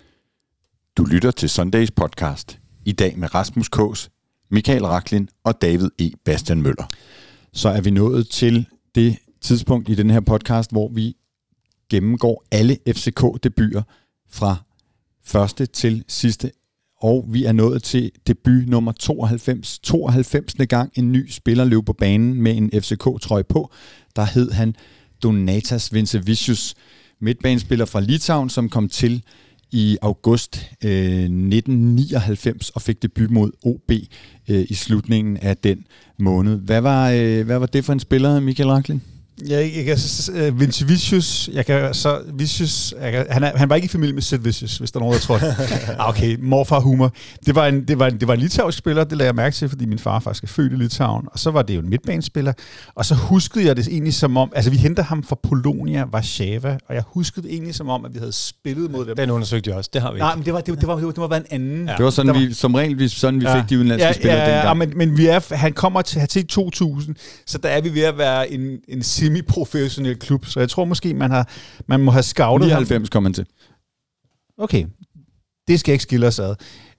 Du lytter til Sundays podcast, i dag med Rasmus Kaas, Michael Raklin og David E. Bastian Møller. Så er vi nået til det tidspunkt i den her podcast, hvor vi gennemgår alle F C K-debuter fra første til sidste, og vi er nået til debut nummer tooghalvfems. tooghalvfemsende gang en ny spiller løb på banen med en F C K-trøje på. Der hed han Donatas Vincevicius, midtbanespiller fra Litauen, som kom til i august øh, nitten nioghalvfems og fik debut mod O B øh, i slutningen af den måned. Hvad var, øh, hvad var det for en spiller, Michael Raklin? Ja, jeg kan uh, Vince Vicious, jeg kan så Vicious, jeg kan, han, er, han var ikke i familie med Sid Vicious, hvis der er nogen, der tror det. ah, okay, morfar humor. Det var en det var en, det var en litauisk spiller, det lagde jeg mærke til, fordi min far faktisk er født i Litauen, og så var det jo en midtbanespiller, og så huskede jeg det egentlig som om, altså vi hentede ham fra Polonia, Warszawa, og jeg huskede det egentlig som om, at vi havde spillet mod dem. Den undersøgte jeg også, det har vi ikke. Nej, men det var det, det var det var, det var en anden. Ja. Det var sådan var, vi som regel vi sådan vi ja, fik de udenlandske ja, spillere ja, dengang. Ja, men men vi er han kommer til til to tusind, så der er vi ved at være en en semi-professionel klub, så jeg tror måske, man har man må have scoutet nioghalvfems kom han til. Okay, det skal ikke skille os ad.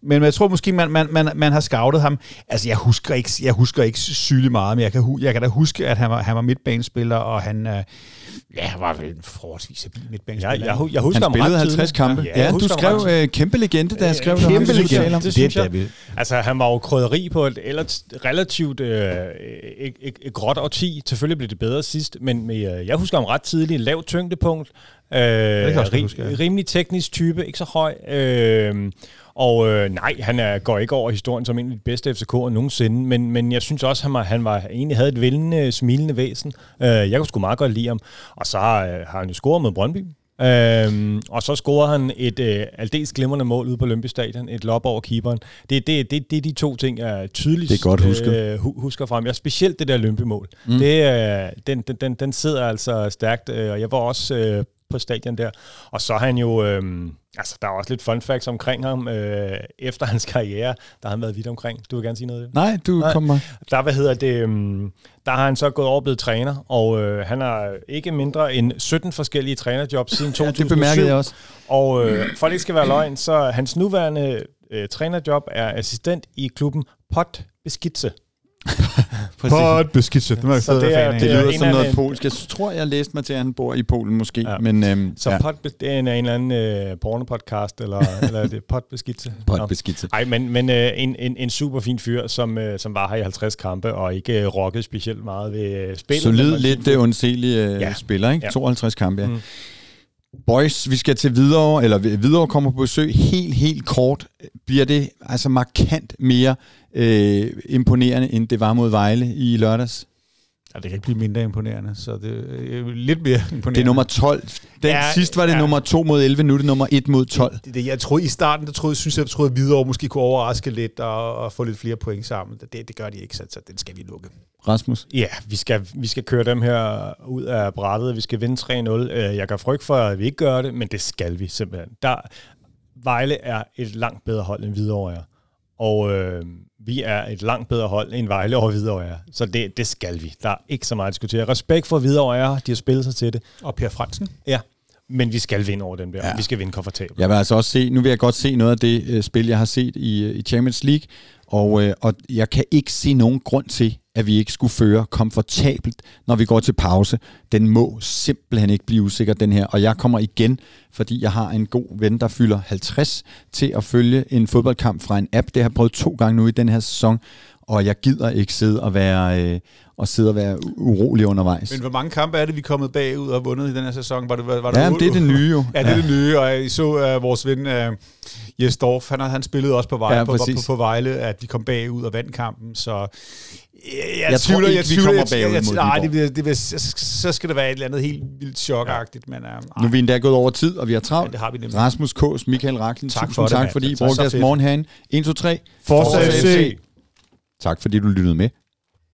men jeg tror måske, man, man, man, man har scoutet ham. Altså, jeg husker ikke, jeg husker ikke sygeligt meget, men jeg kan, jeg kan da huske, at han var, han var midtbanespiller, og han... Øh, Ja, han var vel en forholdsvis stabil midtbanespiller. Ja, jeg, jeg husker han spillede halvtreds kampe. Ja, ja, du skrev øh, kæmpe legende, da jeg skrev det. Kæmpe legende, det, det synes jeg. Det, altså, han var jo krydderi på et ellers relativt øh, et, et, et gråt årti. Selvfølgelig blev det bedre sidst, men med, jeg husker ham ret tidligt. Lavt tyngdepunkt. Øh, rim, huske, ja. Rimelig teknisk type, ikke så høj. Øh, Og øh, nej, han er, går ikke over historien som en af de bedste F C K'er nogensinde, men, men jeg synes også, at han, var, han var, egentlig havde et vælgende, smilende væsen. Øh, jeg kunne sgu meget godt lide ham. Og så har, har han jo scoret med Brøndby. Øh, og så scorede han et øh, aldeles glimrende mål ude på Lønby Stadion, et lop over keeperen. Det, det, det, det er de to ting, jeg tydeligt det er godt husket. øh, husker frem. Jeg specielt det der Lønby-mål. Mm. Det, øh, den, den, den, den sidder altså stærkt, øh, og jeg var også... Øh, på stadion der. Og så er han jo... Øh, altså, der er også lidt fun facts omkring ham. Øh, efter hans karriere, der har han været vidt omkring. Du vil gerne sige noget af det? Nej, du Nej. kommer... Der, hvad hedder det... Øh, der har han så gået over og blevet træner, og øh, han har ikke mindre end sytten forskellige trænerjobs siden to tusind og syv. Ja, det bemærkede jeg også. Og øh, for det ikke skal være løgn, så hans nuværende øh, trænerjob er assistent i klubben Pot Beskidse. Pot Beskidse. Det, så det, er, det lyder som noget polsk. Jeg tror, jeg læste mig til, at han bor i Polen måske. Ja. Men, øhm, så ja. Pot, det er en, en eller anden øh, pornopodcast, eller, eller det er Pot Beskidse. Pot Beskidse. Nej, men, men øh, en, en, en super fin fyr, som, øh, som var her i halvtreds kampe, og ikke øh, rockede specielt meget ved øh, spillet. Solid, lidt det undselige øh, ja. spiller, ikke? Ja. tooghalvtreds kampe, ja. Mm. Boys, vi skal til Hvidovre, eller Hvidovre kommer på besøg helt, helt kort. Bliver det altså markant mere øh, imponerende, end det var mod Vejle i lørdags? Ja, det kan ikke blive mindre imponerende, så det er lidt mere imponerende. Det er nummer tolv. Den ja, sidst var det ja. nummer to mod elleve, nu er det nummer et mod tolv. Det, det, jeg troede i starten, der troede, synes jeg, troede, at Hvidovre måske kunne overraske lidt og, og få lidt flere point sammen. Det, det gør de ikke, så, så den skal vi lukke. Rasmus? Ja, vi skal, vi skal køre dem her ud af brættet. Vi skal vinde tre nul. Jeg kan frygte for, at vi ikke gør det, men det skal vi simpelthen. Der, Vejle er et langt bedre hold, end Hvidovre er. Og øh, vi er et langt bedre hold, end Vejle og Hvidovre er. Så det, det skal vi. Der er ikke så meget at diskutere. Respekt for Hvidovre er, de har spillet sig til det. Og Per Fransen? Ja. Men vi skal vinde over den der. Ja. Vi skal vinde komfortabelt. Jeg vil altså også se, nu vil jeg godt se noget af det uh, spil, jeg har set i, uh, i Champions League, og, uh, og jeg kan ikke se nogen grund til, at vi ikke skulle føre komfortabelt, når vi går til pause. Den må simpelthen ikke blive usikker, den her. Og jeg kommer igen, fordi jeg har en god ven, der fylder halvtreds, til at følge en fodboldkamp fra en app. Det har jeg prøvet to gange nu i den her sæson, og jeg gider ikke sidde og være, øh, og sidde og være urolig undervejs. Men hvor mange kampe er det, vi er kommet bagud og vundet i den her sæson? Var det, var, var ja, det, det er det nye jo. Ja, det er ja. det nye, og I så uh, vores ven uh, Jes Dorf, han, han spillede også på, Vejle, ja, på, på, på Vejle, at vi kom bagud og vandt kampen, så jeg, jeg, jeg tvivler, tror ikke, jeg, vi kommer bagud mod Nej, det vil, det vil, så skal det være et eller andet helt vildt chokagtigt. Men, uh, nu er vi endda gået over tid, og vi har travlt. Ja, det har vi nemlig. Rasmus Kås, Michael Raklen, tak tusind for tak, det, fordi I brugte jeres morgen herinde. en, to, tre. Forza F C. Tak fordi du lyttede med.